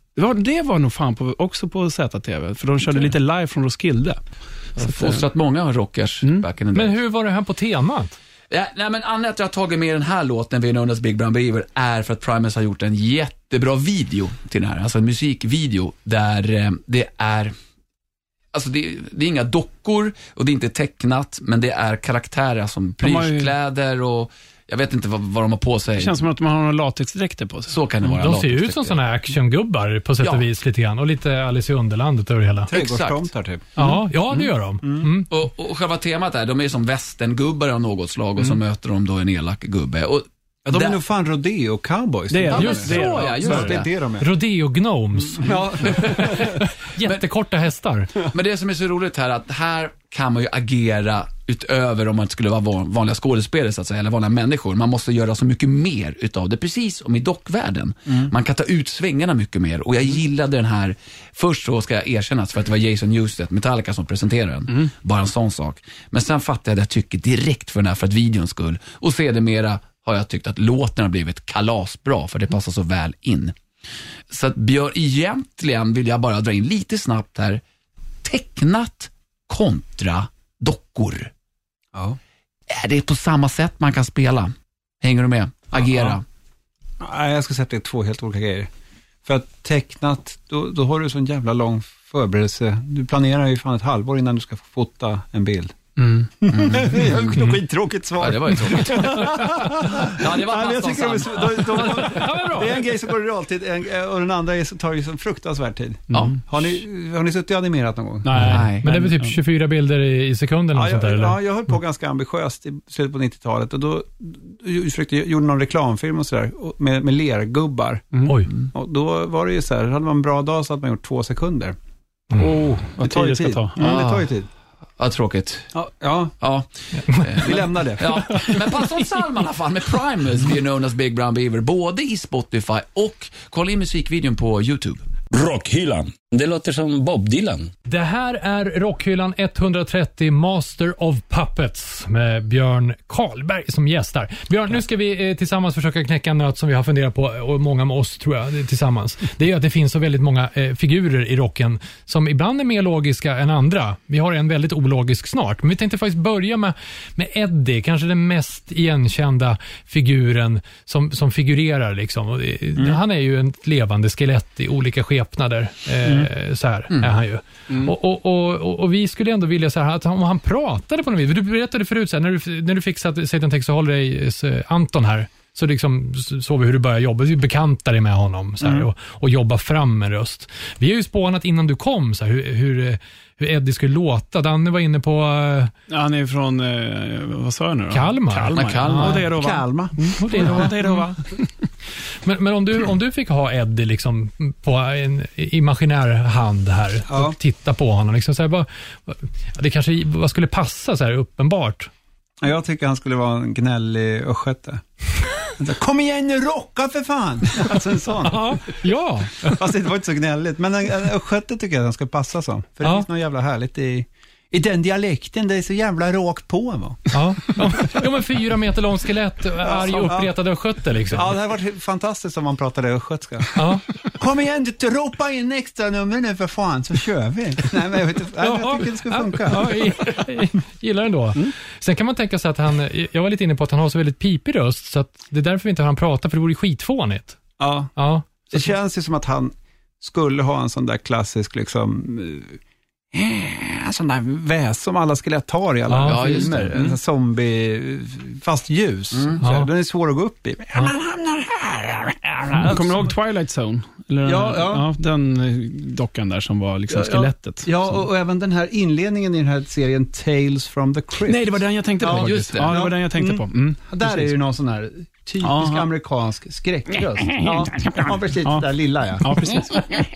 var nog fan också på ZTV, för de körde lite live från Roskilde. Jag har fostrat många rockers back in the day. Men hur var det här på temat? Ja, nej, men anledningen att jag har tagit med den här låten, Vinonas Big Brown Beaver, är för att Primus har gjort en jättebra video till den här. Alltså en musikvideo där det är... Alltså det är inga dockor och det är inte tecknat, men det är karaktärer som plyschkläder och jag vet inte vad de har på sig. Det känns som att man har några latexdräkter på sig. Så kan det vara. De ser ju ut som såna här actiongubbar på sätt och vis lite grann. Och lite Alice i Underlandet över det hela. Trädgårdstomtar typ. Ja, det gör de. Och själva temat är, de är som västerngubbar av något slag och så möter de då en elak gubbe. Och Ja, de är nog fan rodeo-cowboys. Det är ja, just det. det. Ja, just Det är det de är. Rodeo Gnomes. Ja. Jättekorta hästar. Men det som är så roligt här, att här kan man ju agera utöver om man skulle vara vanliga skådespelare så att säga, eller vanliga människor. Man måste göra så mycket mer utav det, precis som i dockvärlden. Man kan ta ut svängarna mycket mer. Och jag gillade den här, först så ska jag erkännas för att det var Jason Newsted, Metallica, som presenterade den. Bara en sån sak. Men sen fattade jag att jag tycker direkt för den här, för att videon skull. Och sedermera har jag tyckt att låten har blivit kalasbra, för det passar så väl in. Så att egentligen vill jag bara dra in lite snabbt här. Tecknat kontra dockor. Ja. Är det på samma sätt man kan spela? Hänger du med? Agera. Nej, jag ska säga att det är 2 helt olika grejer. För att tecknat, då har du sån jävla lång förberedelse. Du planerar ju fan ett halvår innan du ska få fota en bild. Det är skittråkigt svar. Ja, det var ju tråkigt. Ja, det var jag tycker nästan det är en grej som går i realtid och den andra tar ju så fruktansvärd tid. Ja. Har ni suttit och animerat någon gång? Nej. Men det är väl typ 24 bilder i sekunden eller sånt där, eller? Ja, jag höll på ganska ambitiöst i slutet på 90-talet och då gjorde någon reklamfilm och sådär med lergubbar. Oj. Och då var det ju så här, hade man en bra dag så hade man gjort 2 sekunder. Vad tid det ska ta. Ja, det tar ju tid. Ja, tråkigt. Ja. Vi lämnar det. Ja. Men passa om Salma i alla fall med Primus, Vinonas Big Brown Beaver, både i Spotify och kolla in musikvideon på YouTube. Rockhyllan. Det låter som Bob Dylan. Det här är Rockhyllan 130 Master of Puppets med Björn Karlberg som gästar. Björn, nu ska vi tillsammans försöka knäcka en nöt som vi har funderat på, och många med oss tror jag tillsammans. Det är ju att det finns så väldigt många figurer i rocken som ibland är mer logiska än andra. Vi har en väldigt ologisk snart. Men vi tänkte faktiskt börja med Eddie, kanske den mest igenkända figuren som figurerar liksom. Och han är ju ett levande skelett i olika skepnader. Så här är han ju. Och vi skulle ändå vilja så här att om han pratade på något vis. Du berättade förut så här, när du fick säga en text så håller dig Anton här. Så liksom såg vi hur du började jobba. Vi bekantade dig med honom så här, och jobba fram en röst. Vi har ju spånat innan du kom så här, hur Eddie skulle låta. Danne var inne på... han är från, vad sa jag nu då? Kalmar. Ja, det är då, va? Kalmar. Det är då, va? Men om du fick ha Eddie liksom på en imaginär hand här och titta på honom liksom så här, det kanske vad skulle passa så här uppenbart. Jag tycker han skulle vara en gnällig östgöte. Kom igen nu, rocka för fan! Alltså en sån. Ja. Fast det var inte så gnälligt. Men en östgöte tycker jag att han ska passa som. För det finns något jävla härligt i den dialekten. Det är så jävla råk på, va? Ja, men 4 meter lång skelett, arg uppretade östgöte liksom. Ja, det hade varit fantastiskt om man pratade östgötska. Ja. Kom igen, du ropa in extra nummer nu för fan, så kör vi. Nej, men jag tycker det skulle funka. Ja, gillar den då. Sen kan man tänka sig att jag var lite inne på att han har så väldigt pipig röst, så att det är därför vi inte hör han prata, för det vore skitfånigt. Ja. Det känns ju som att han skulle ha en sån där klassisk liksom... en sån där väs som alla skelett har i alla filmer. En zombie, fast ljus. Den är svår att gå upp i. Man hamnar här. Kommer du ihåg Twilight Zone? Eller ja, den dockan där som var liksom skelettet. Ja, och även den här inledningen i den här serien Tales from the Crypt. Nej, det var den jag tänkte på. Just det. Ja, det var den jag tänkte på. Där är ju någon sån här typisk amerikansk skräckröst. Ja, precis. Där lilla, Ja, precis.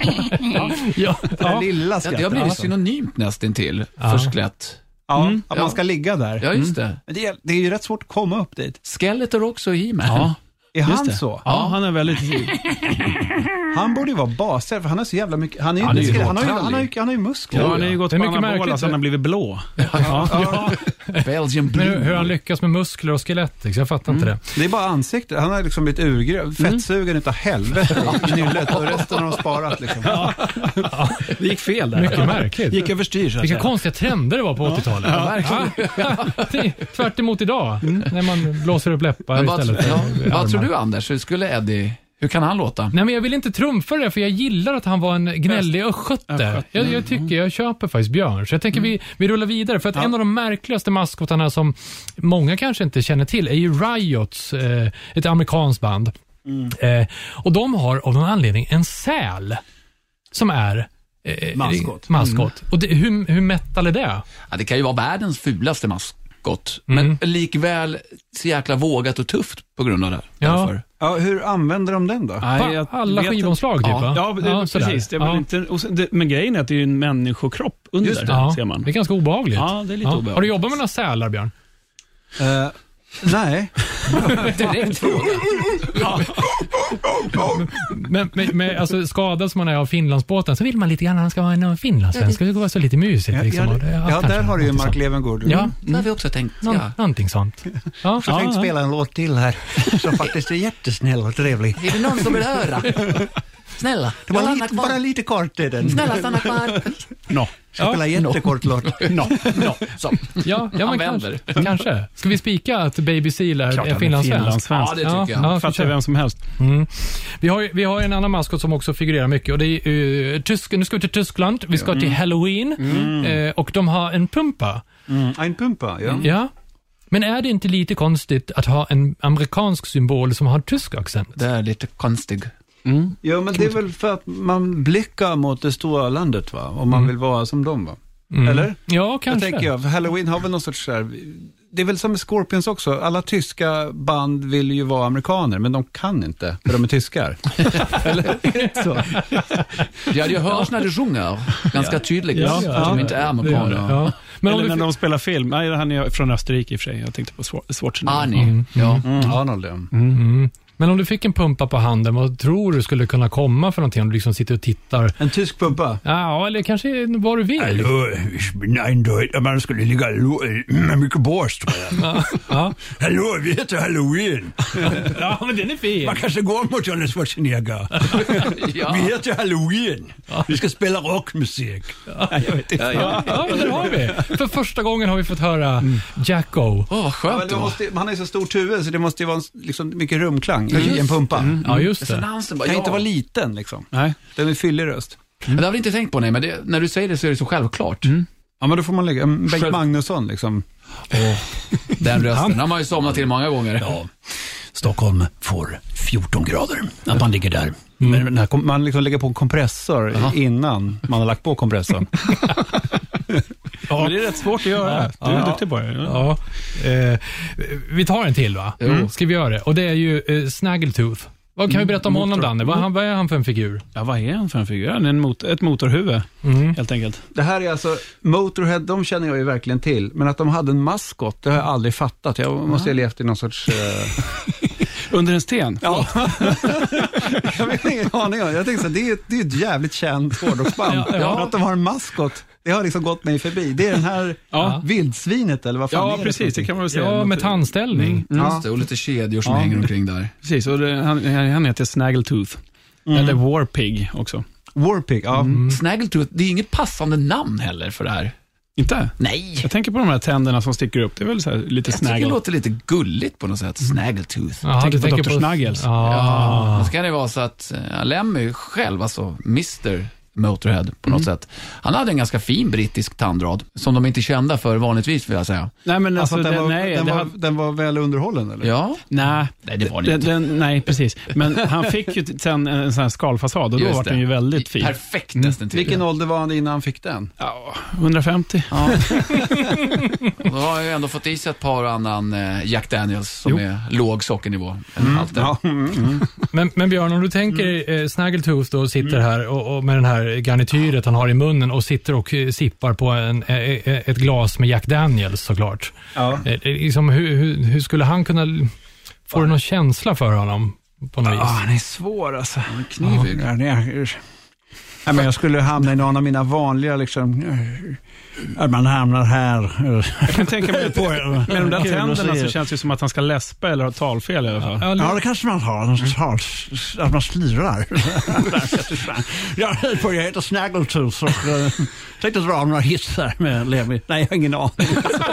Där lilla skratt. Det har blivit synonymt nästan till för skelett. Ja, att man ska ligga där. Ja, just det. Men det är ju rätt svårt att komma upp dit. Skeletor också i med. Ja. Är han så? Ja, han är väldigt... Han borde ju vara baser, för han har så jävla mycket... Han har ju muskler. Ja, han har ju gått på anabola så han har blivit blå. Belgian Blue. Men hur han lyckas med muskler och skelett, jag fattar inte det. Det är bara ansiktet. Han har liksom blivit urgrön, fettsugen utav helvete i nyllet, och resten har de sparat liksom. Det gick fel där. Mycket märkligt. Gick överstyr. Vilka konstiga trender det var på 80-talet. Ja, verkligen. Tvärt emot idag, när man blåser upp läppar istället. Vad tror du, Anders? Hur skulle Eddie... Hur kan han låta? Nej, men jag vill inte trumfa det, för jag gillar att han var en gnällig östgöte. Jag köper faktiskt Björn. Så jag tänker vi rullar vidare. För att en av de märkligaste maskotarna som många kanske inte känner till är ju Riots, ett amerikanskt band. Och de har av någon anledning en säl som är maskot. Och hur metal är det? Ja, det kan ju vara världens fulaste maskot. Men likväl så jäkla vågat och tufft på grund av det. Därför. Ja, hur använder de den då? Alla skivomslag typ, va? Ja, precis. Det är inte, men grejen är att det är en människokropp under, ser man. Det är ganska obehagligt. Ja, det är lite obehagligt. Har du jobbat med några sälar, Björn? Nej. Direkt fråga. Men alltså, skadad som man är av Finlandsbåten, så vill man lite grann att han ska vara en finlandssvensk. Det ska vara så lite mysigt. Liksom. Där har du ju Mark Levengood. Ja, det har vi också tänkt. Någonting sånt. Jag tänkte spela en låt till här som faktiskt är jättesnäll och trevlig. Är det någon som vill höra? Snälla. Det var bara lite kort i den. Snälla, stanna kvar. Jag spelar jättekort låt. Så. Ja, men kanske. Ska vi spika att Baby Seal är finlandssvensk? Ja, det tycker jag. Fattar vem som helst. Vi har en annan maskot som också figurerar mycket, och det är nu ska vi till Tyskland. Vi ska till Halloween och de har en pumpa. En pumpa, ja. Men är det inte lite konstigt att ha en amerikansk symbol som har tysk accent? Det är lite konstigt. Ja, men det är väl för att man blickar mot det stora landet, va? Om man vill vara som dem, va? Eller? Ja, kanske. Jag tänker Halloween har väl någon sorts så här... Det är väl som med Scorpions också. Alla tyska band vill ju vara amerikaner, men de kan inte, för de är tyskar. Eller? Så. Ja, det hörs när du sjunger. Ganska tydligt att de inte är amerikaner. Ja. Men eller när de spelar film. Nej, han är från Österrike i och för sig. Jag tänkte på Schwarzenegger. Arnie. Arnold, ja. Men om du fick en pumpa på handen, vad tror du skulle kunna komma för någonting om du liksom sitter och tittar? En tysk pumpa? Ja, eller kanske vad du vill. Hallå, att man skulle ligga med mycket borst, tror jag. Ja. Hallå, vi heter Halloween. Ja, men den är fin. Man kanske går mot Jonas Schwarzenegger. Ja. Vi heter Halloween. Vi ska spela rockmusik. Jag vet inte. Ja, där har vi. För första gången har vi fått höra Jacko. Skönt då. Han är så stor huvud så det måste ju vara liksom mycket rumklang i en pumpa. Ja, just det. Resonansen bara, Kan inte vara liten liksom. Nej. Den är fyllig röst. Men det har vi inte tänkt på, nej, men när du säger det så är det så självklart. Ja, men då får man lägga Bengt Magnusson liksom. Den rösten har man ju somnat till många gånger. Ja. Stockholm får 14 grader. Att man ligger där. Men man liksom lägger på en kompressor innan man har lagt på kompressorn. Ja, men det är rätt svårt att göra. Du är duktig på det. Ja. Vi tar en till, va? Ska vi göra det? Och det är ju Snaggletooth. Vad kan vi berätta om honom, Danne? Vad är han för en figur? Ja, vad är han för en figur? Han är ett motorhuvud, helt enkelt. Det här är alltså, Motorhead, de känner jag ju verkligen till. Men att de hade en maskot, det har jag aldrig fattat. Jag måste ha levt i någon sorts... Under en sten? Ja. Jag vet ingen aning om. Jag tänkte så här, det är ett jävligt känt hårdrocksband. Ja. Att de har en maskot, det har liksom gått mig förbi. Det är den här vildsvinet, eller vad fan är det? Precis, det kan man väl säga. Ja, med tandställning. Just det, och lite kedjor som hänger omkring där. Precis, och han heter Snaggletooth. Eller Warpig också. Warpig, ja. Snaggletooth, det är inget passande namn heller för det här. Inte? Nej. Jag tänker på de här tänderna som sticker upp. Det är väl så här, lite Jag tycker snaggle. det låter lite gulligt på något sätt. Snaggletooth. Ja, tänker på Dr. Snuggles. Ja, då ska det vara så att Lemmy själv, alltså Mr. Motorhead på något sätt. Han hade en ganska fin brittisk tandrad som de inte är kända för vanligtvis, vill jag säga. Nej, men alltså, Den var väl underhållen, eller? Ja. Nej, det var det inte. Nej, precis. Men han fick ju sen en sån här skalfasad och då var den ju väldigt fin. Perfekt nästan till. Vilken ålder var han innan han fick den? Ja, 150. Ja. Då har jag ju ändå fått i sig ett par annan Jack Daniels som är låg sockernivå. Men Björn, om du tänker Snaggletooth då sitter här och med den här garnityret han har i munnen och sitter och sippar på ett glas med Jack Daniels, såklart. Ja. Liksom, hur skulle han kunna få någon känsla för honom på något vis? Han är svår alltså. Han är knivig. Nej, men jag skulle hamna i någon av mina vanliga liksom, att man hamnar här. Jag kan tänka mig på med de där tänderna så känns det som att han ska läspa eller ha talfel i alla fall. Ja, det kanske man har. Att man slirar. Jag heter Snaggletooth och tänkte dra några hissar med Lemmy. Nej, jag har ingen aning.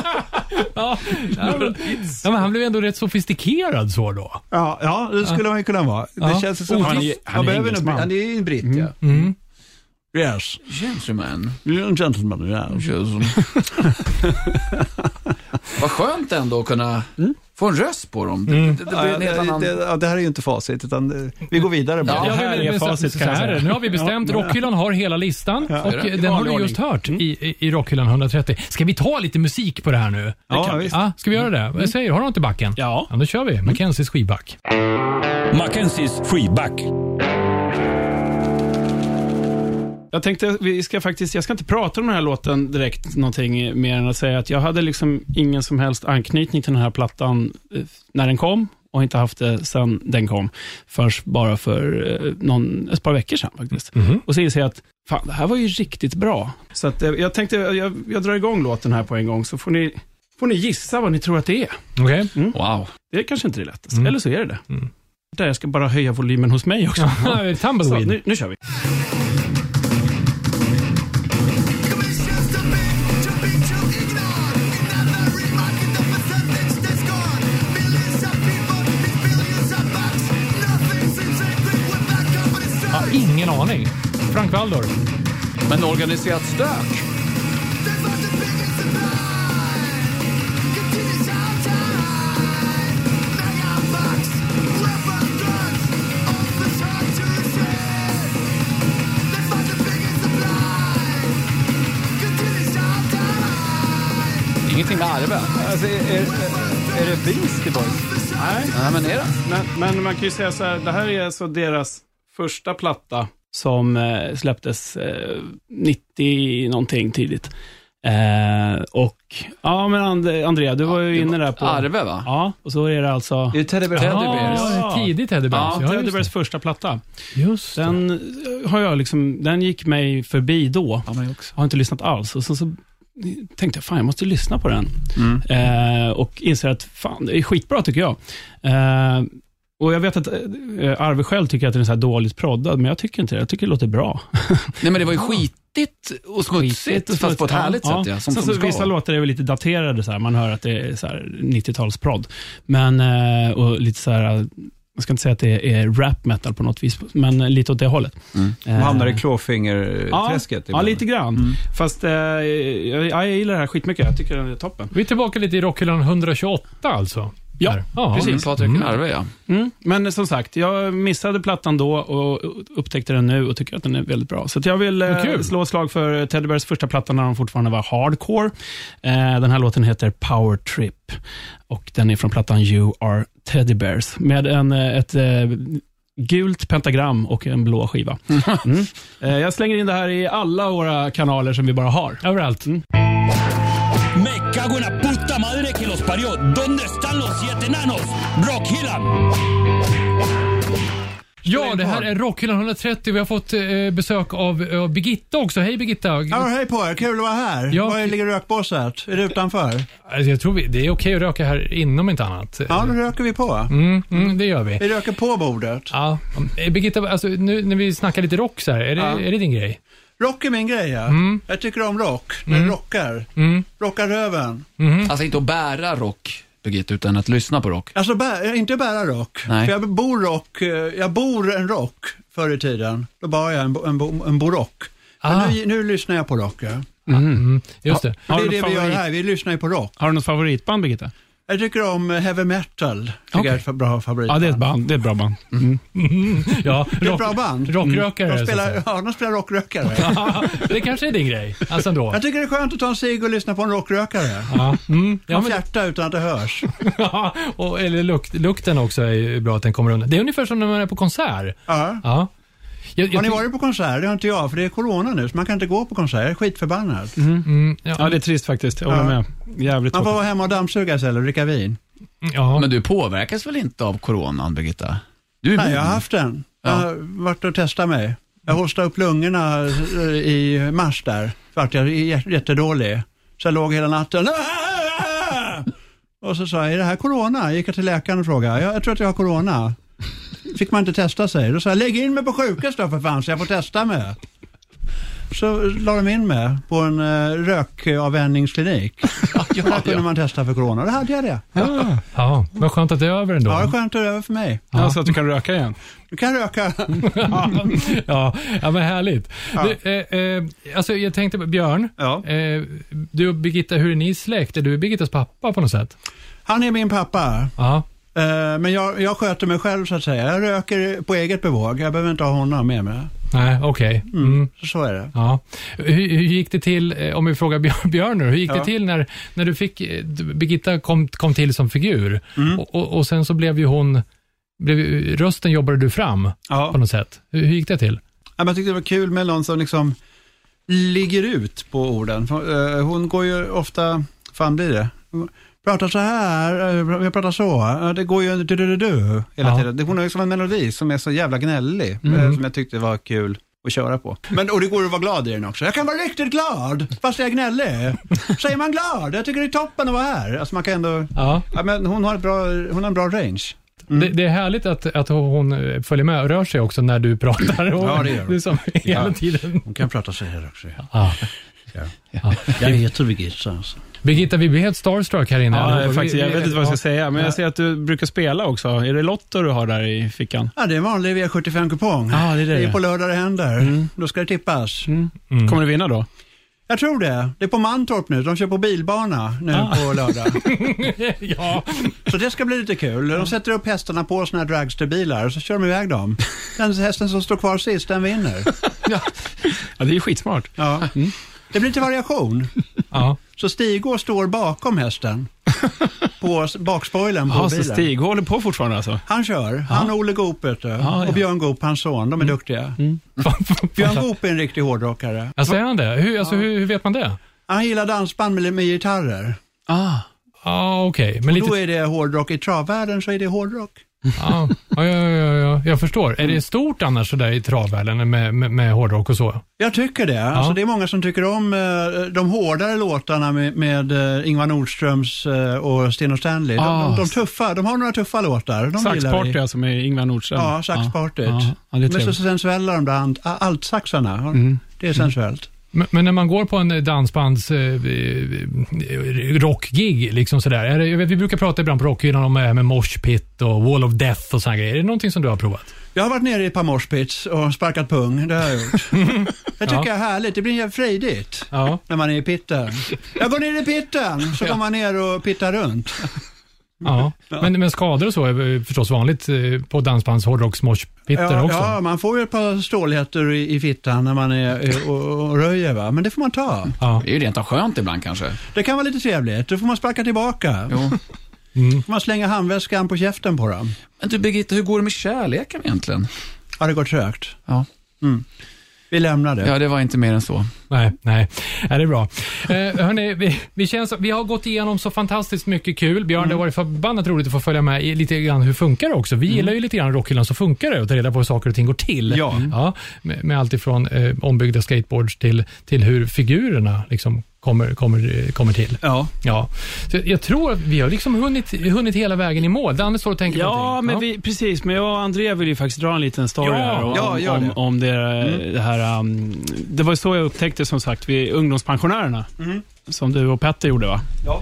Men han blev ändå rätt sofistikerad så då. Ja, det skulle man ju kunna vara. Det känns som han är en britt, ja. Yes. Gentleman. You're a gentleman, yeah. Vad skönt ändå att kunna få en röst på dem. Det här är ju inte facit, utan vi går vidare bara. Ja, här är facit, så här. Nu har vi bestämt, Rockhyllan har hela listan och den har du just hört i Rockhyllan 130. Ska vi ta lite musik på det här nu? Ja, visst. Ska vi göra det? Vad säger du? Har du något i backen? Ja. Då kör vi. Mackenzies skivback. Mackenzies skivback. Jag tänkte, jag ska inte prata om den här låten direkt någonting mer än att säga att jag hade liksom ingen som helst anknytning till den här plattan när den kom och inte haft det sedan den kom. Först bara för ett par veckor sedan faktiskt. Och så inser jag att fan, det här var ju riktigt bra. Så att jag tänkte, jag drar igång låten här på en gång så får ni gissa vad ni tror att det är. Okej. Wow. Det är kanske inte det lättaste, eller så är det. Där jag ska bara höja volymen hos mig också. Tumbleweed. Så, nu kör vi. Ingen aning. Frank Waldor. Men organiserat stök. Ingenting med Arve. Alltså, är det Beastie Boys? Nej, men är det? Men man kan ju säga så här, det här är alltså deras första platta som släpptes 90 någonting tidigt. Och ja, men Andrea, du var ju inne där på Arve, va? Ja, och så är det alltså Det är Teddy Bears. Ja, tidigt Teddy Bears. Ja, Teddy Bears första platta. Just det. Den har jag liksom, den gick mig förbi då. Ja, mig också. Har inte lyssnat alls. Och så tänkte jag, fan, jag måste lyssna på den. Och inser att, fan, det är skitbra tycker jag. Och jag vet att Arve själv tycker att den är så här dåligt proddad, men jag tycker inte det. Jag tycker det låter bra. Nej, men det var ju skitigt och smutsigt, fast på ett härligt sätt. Ja, som så vissa låtar är väl lite daterade, så här. Man hör att det är så här 90-talsprodd. Men, och lite så här, jag ska inte säga att det är rap metal på något vis, men lite åt det hållet. Man hamnar i klåfingerträsket. Ja, lite grann. Fast jag gillar det här skitmycket. Jag tycker det är toppen. Vi är tillbaka lite i Rockhyllan 128 alltså. Ja, precis. Patrik Arve, ja. Men som sagt, jag missade plattan då och upptäckte den nu och tycker att den är väldigt bra. Så att jag vill slå ett slag för Teddy Bears första plattan när de fortfarande var hardcore. Den här låten heter Power Trip och den är från plattan You Are Teddy Bears med ett gult pentagram och en blå skiva. Jag slänger in det här i alla våra kanaler som vi bara har. Överallt. Me cago en la puta madre que los parió. ¿Dónde están los 7 enanos? Rockhyllan. Ja, det här är Rockhyllan 130. Vi har fått besök av Birgitta också. Hej Birgitta. Ja, hej på er. Kul att vara här. Ja. Var ligger rökbåset? Är det utanför? Alltså, jag tror det är okej att röka här inom inte annat. Ja, då röker vi på. Det gör vi. Vi röker på bordet. Ja. Birgitta, alltså, nu när vi snackar lite rock så här, är det din grej? Rock är min grej, ja. Jag tycker om rock. När jag rockar. Rockar röven. Alltså inte att bära rock, Birgitta, utan att lyssna på rock. Alltså inte bära rock. Nej. För jag bor en rock förr i tiden. Då bar jag en borock. Men nu lyssnar jag på rock, ja. Just det. Det är det vi gör här. Vi lyssnar ju på rock. Har du något favoritband, Birgitta? Jag tycker om heavy metal. Tycker jag är ett bra favoritband. Ja, det är ett band. Det är ett bra band. Ja, det är ett bra band. Rockrökare. De spelar rockrökare. Det kanske är din grej. Alltså ändå. Jag tycker det är skönt att ta en cigg och lyssna på en rockrökare. Man fjärtar utan att det hörs. Ja, eller lukten också är bra att den kommer undan. Det är ungefär som när man är på konsert. Ja. Har ni varit på konsert? Det har inte jag, för det är corona nu, så man kan inte gå på konsert. Jag är skitförbannad. Ja, det är trist faktiskt. Jag håller med. Jävligt man får vara hemma och dammsuga istället och dricka vin. Ja. Men du påverkas väl inte av coronan, Birgitta? Nej, jag har haft den. Jag har varit och testat mig. Jag hostade upp lungorna i mars där. Vart jag jättedålig. Så jag låg hela natten. Och så sa jag, är det här corona? Gick jag till läkaren och frågade. Jag tror att jag har corona. Fick man inte testa sig. Då sa jag, lägg in mig på sjukhus då för fan så jag får testa mig. Så la de in mig på en rökavvänjningsklinik. Där kunde man testa för corona. Då hade jag det. Ja, vad skönt att det är över ändå. Ja, det är skönt att det är över för mig. Ja, så att du kan röka igen. Du kan röka. ja, men härligt. Ja. Alltså jag tänkte, Björn, du och Birgitta, hur är ni släkt? Är du Birgittas pappa på något sätt? Han är min pappa. Ja. Men jag sköter mig själv så att säga. Jag röker på eget bevåg. Jag behöver inte ha honom med mig. Nej, okej. Så är det. Ja. Hur gick det till, om vi frågar Björn nu, hur gick det till när du fick, Birgitta kom till som figur och sen så blev ju rösten jobbade du fram på något sätt. Hur gick det till? Ja, men jag tyckte det var kul med någon som liksom ligger ut på orden. Hon går ju ofta, fan blir det? Pratar så här, jag pratar så. Det går ju du hela tiden. Hon har ju som en melodi som är så jävla gnällig. Som jag tyckte var kul att köra på. Och det går att vara glad i den också. Jag kan vara riktigt glad, fast jag är gnällig. Säger man glad? Jag tycker det är toppen att vara här. Alltså man kan ändå... Ja, men hon har en bra range. Det är härligt att hon följer med och rör sig också när du pratar. Ja, det gör hon. Som hela tiden. Hon kan prata så här också. Jag heter Birgitta. Alltså. Birgitta, vi blir helt starstruck här inne. Ja, faktiskt, jag vet inte vad jag ska säga. Men jag ser att du brukar spela också. Är det Lotto du har där i fickan? Ja, det är en vanlig V75-kupong. Ja, det är på lördag det händer. Då ska det tippas. Kommer du vinna då? Jag tror det. Det är på Mantorp nu. De kör på bilbana nu på lördag. Ja. Så det ska bli lite kul. De sätter upp hästarna på såna här dragsterbilar och så kör de iväg dem. Den hästen som står kvar sist, den vinner. Ja, det är ju skitsmart. Ja. Det blir lite variation. Ja. Så Stig står bakom hästen på bakspoilen på bilen. Så Stig håller på fortfarande alltså? Han kör. Han och Olle Goop och Björn Goop, hans son. De är duktiga. Björn Goop är en riktig hårdrockare. Säger han det? Hur vet man det? Han gillar dansband med gitarrer. Okej. Men lite... Då är det hårdrock. I travvärlden så är det hårdrock. Ja, jag förstår. Är det stort annars sådär i travvärlden med hårdrock och så? Jag tycker det. Alltså, det är många som tycker om de hårdare låtarna med Ingvar Nordströms och Sten och Stanley. De tuffa, de har några tuffa låtar. Saxparty alltså med Ingvar Nordström. Ja, saxpartyt. Ja, de är så sensuella de där altsaxarna. Det är sensuellt. Men när man går på en dansbands rockgig liksom sådär, vi brukar prata ibland på rockhyllan om med mosh pit och wall of death och sådana grejer. Är det någonting som du har provat? Jag har varit nere i ett par mosh pits och sparkat pung, det har jag gjort. Jag tycker det är härligt, det blir jävligt frejdigt när man är i pitten. Jag går ner i pitten, så går man ner och pittar runt. Ja. Men skador och så är förstås vanligt på dansbands hårdrocks-moshpitter också. Ja, man får ju ett par stålhättor i fittan när man är och röjer, va? Men det får man ta. Ja. Det är ju rent och skönt ibland kanske. Det kan vara lite trevligt, då får man sparka tillbaka. Jo. Får man slänga handväskan på käften på dem. Men du Birgitta, hur går det med kärleken egentligen? Ja, det går trögt. Ja. Vi lämnar det. Ja, det var inte mer än så. Nej, det är bra. Hörrni, vi har gått igenom så fantastiskt mycket kul. Björn, det har varit förbannat roligt att få följa med i lite grann hur funkar det också. Vi gillar ju lite grann rockhyllan, så funkar det och ta reda på hur saker och ting går till. Ja, med allt ifrån ombyggda skateboards till hur figurerna liksom kommer till. Ja. Så jag tror att vi har liksom hunnit hela vägen i mål. Danne står och tänker på någonting. Men precis. Men jag och André vill ju faktiskt dra en liten story här om det här. Det var så jag upptäckte, som sagt, vid ungdomspensionärerna. Som du och Petter gjorde, va? Ja.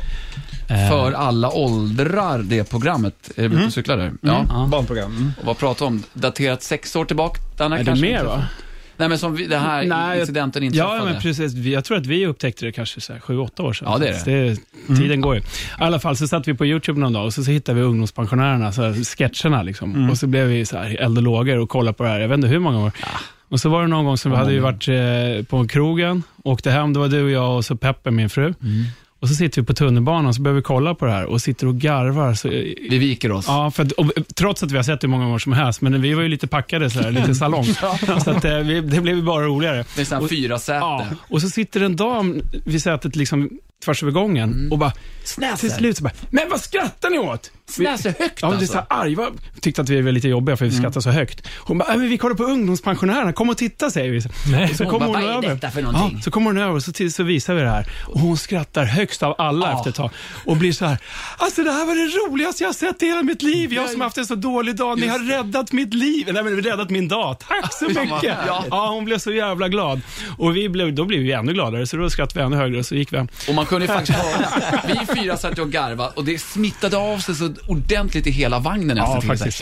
För alla åldrar, det programmet. Är det cyklar där? Ja. Barnprogram. Och vad pratar om? Daterat 6 år tillbaka. Är det mer, va? Nej, men som det här incidenten inträffade. Ja, men precis. Jag tror att vi upptäckte det kanske 7-8 år sedan. Ja, det är det. Tiden går ju. I alla fall så satt vi på YouTube någon dag och så hittade vi ungdomspensionärerna, så här, sketcherna liksom. Och så blev vi så här eld och lågor och kollade på det här. Jag vet inte hur många år. Ja. Och så var det någon gång som vi hade ju varit på krogen, åkte hem, det var du och jag och så Peppe, min fru. Och så sitter vi på tunnelbanan och så börjar vi kolla på det här och sitter och garvar. Så, vi viker oss. Ja, trots att vi har sett det många år som helst, men vi var ju lite packade så här, lite salong. Så att det blev ju bara roligare. Det är sån 4 säte. Ja, och så sitter en dam vid sätet liksom tvärs över gången och bara till slut så bara, men vad skrattar ni åt? Snäser högt alltså. Ja, det är så här arg. Tyckte att vi var lite jobbiga för vi skrattar så högt. Hon bara, men vi kollar på ungdomspensionärerna, kom och titta, säger vi. Nej. Så kommer hon över. Detta för någonting? Ja, så kommer hon över och så visar vi det här. Och hon skrattar högst av alla efter ett tag. Och blir så här, alltså det här var det roligaste jag har sett i hela mitt liv. Jag som haft en så dålig dag, ni har räddat mitt liv. Nej, men räddat min dag. Tack så mycket. Ja, hon blev så jävla glad. Och då blev vi ännu gladare, så då skrattade vi ännu högre och så gick vi hem. Och man kunde ju faktiskt höra, vi 4 satt och garva och det smittade av sig så ordentligt i hela vagnen. Ja, faktiskt.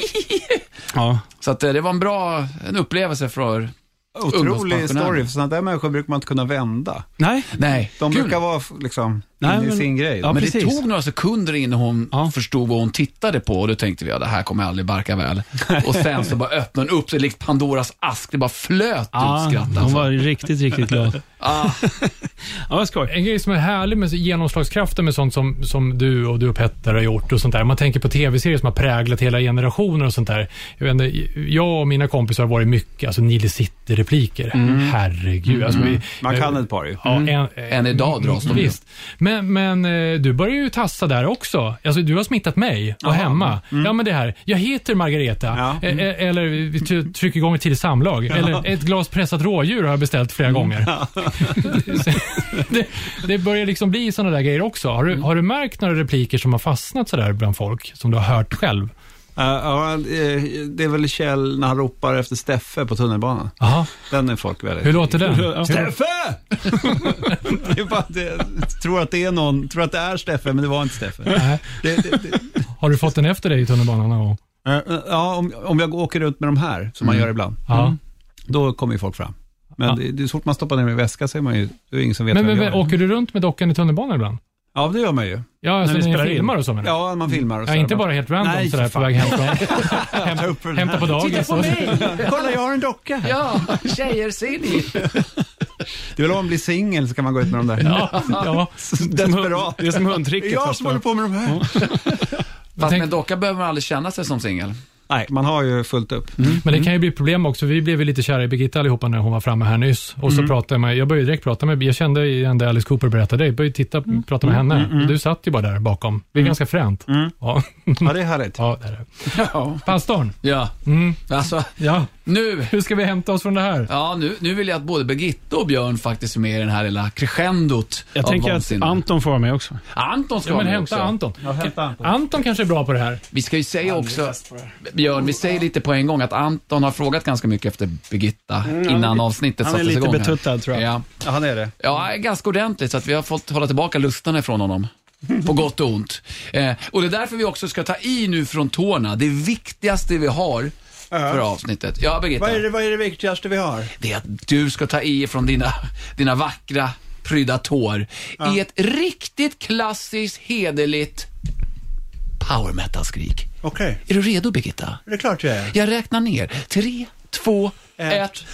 Ja. Så att det var en upplevelse för otrolig story, för sådana där människor brukar man inte kunna vända. Nej. De brukar vara liksom inne i sin grej. Ja, men det tog några sekunder innan hon förstod vad hon tittade på, och då tänkte vi, det här kommer aldrig barka väl. Och sen så bara öppnade hon upp sig likt Pandoras ask, det bara flöt ut skratt. Hon var riktigt, riktigt glad. Ja, vad skoj. En grej som är härlig med genomslagskraften med sånt som du och Petter har gjort och sånt där. Man tänker på tv-serier som har präglat hela generationer och sånt där. Jag och mina kompisar har varit mycket, alltså Nile City-repliker. Herregud. Alltså, man kan ett par ju. Ja, en idag dras de. Visst. Men du börjar ju tassa där också. Alltså, du har smittat mig och hemma. Ja, men det här. Jag heter Margareta. Eller vi trycker igång ett till samlag. Eller ett glas pressat rådjur har jag beställt flera gånger. det börjar liksom bli sådana där grejer också. Har du märkt några repliker som har fastnat så där bland folk som du har hört själv? Ja, det är väl Kjell när han ropar efter Steffe på tunnelbanan. Aha. Den är folk väldigt... Hur låter den? Steffe! Det är bara tror att det är någon, tror att det är Steffe, men det var inte Steffe. Har du fått den efter dig i tunnelbanan någon gång? Ja, om jag åker runt med de här, som man gör ibland, då kommer ju folk fram. Men det är så fort man stoppar ner i väska så är man ju, det är ingen som vet vad jag gör. Åker du runt med dockan i tunnelbanan ibland? Ja, det gör man ju. Ja, alltså när ni filmar och så, menar. Ja, man filmar och så. Ja, inte bara helt random sådär på väg hem från hämta på dagis. Titta på mig! Kolla, jag har en docka här. Ja, tjejer, ser ni? Du vill om man blir singel så kan man gå ut med dem där. Ja. Desperat. Det är som hundtricket. Jag som håller på med de här. Fast med docka behöver man aldrig känna sig som singel. Nej, man har ju fullt upp. Men det kan ju bli problem också. Vi blev ju lite kära i Birgitta allihopa när hon var framme här nyss. Och så pratade jag började direkt prata med, jag kände igen det Alice Cooper berättade, jag började prata med henne. Du satt ju bara där bakom. Det är ganska fränt. Ja, det är härligt. Ja, det är det. Ja. Pastorn. Ja. Alltså, Ja. nu... Hur ska vi hämta oss från det här? Ja, nu vill jag att både Birgitta och Björn faktiskt är med i den här lilla crescendot. Jag tänker att Anton får vara med också. Anton ska Ja, men vara med hämta också. Anton. Ja, hämta Anton. Anton kanske är bra på det här. Vi ska ju säga också, Björn, vi säger lite på en gång att Anton har frågat ganska mycket efter Birgitta innan avsnittet Han är sattes igång lite här. betuttad, tror jag. Ja. Ja, han är det. Ja, ganska ordentligt, så att vi har fått hålla tillbaka lusten ifrån honom. På gott och ont. Och det är därför vi också ska ta i nu från tårna. Det viktigaste vi har för avsnittet. Ja, Birgitta. Vad är det viktigaste vi har? Det är att du ska ta i från dina vackra prydda tår i ett riktigt klassiskt, hederligt power metal-skrik. Okej. Är du redo, Birgitta? Det är klart jag är. Jag räknar ner. 3, 2, 1.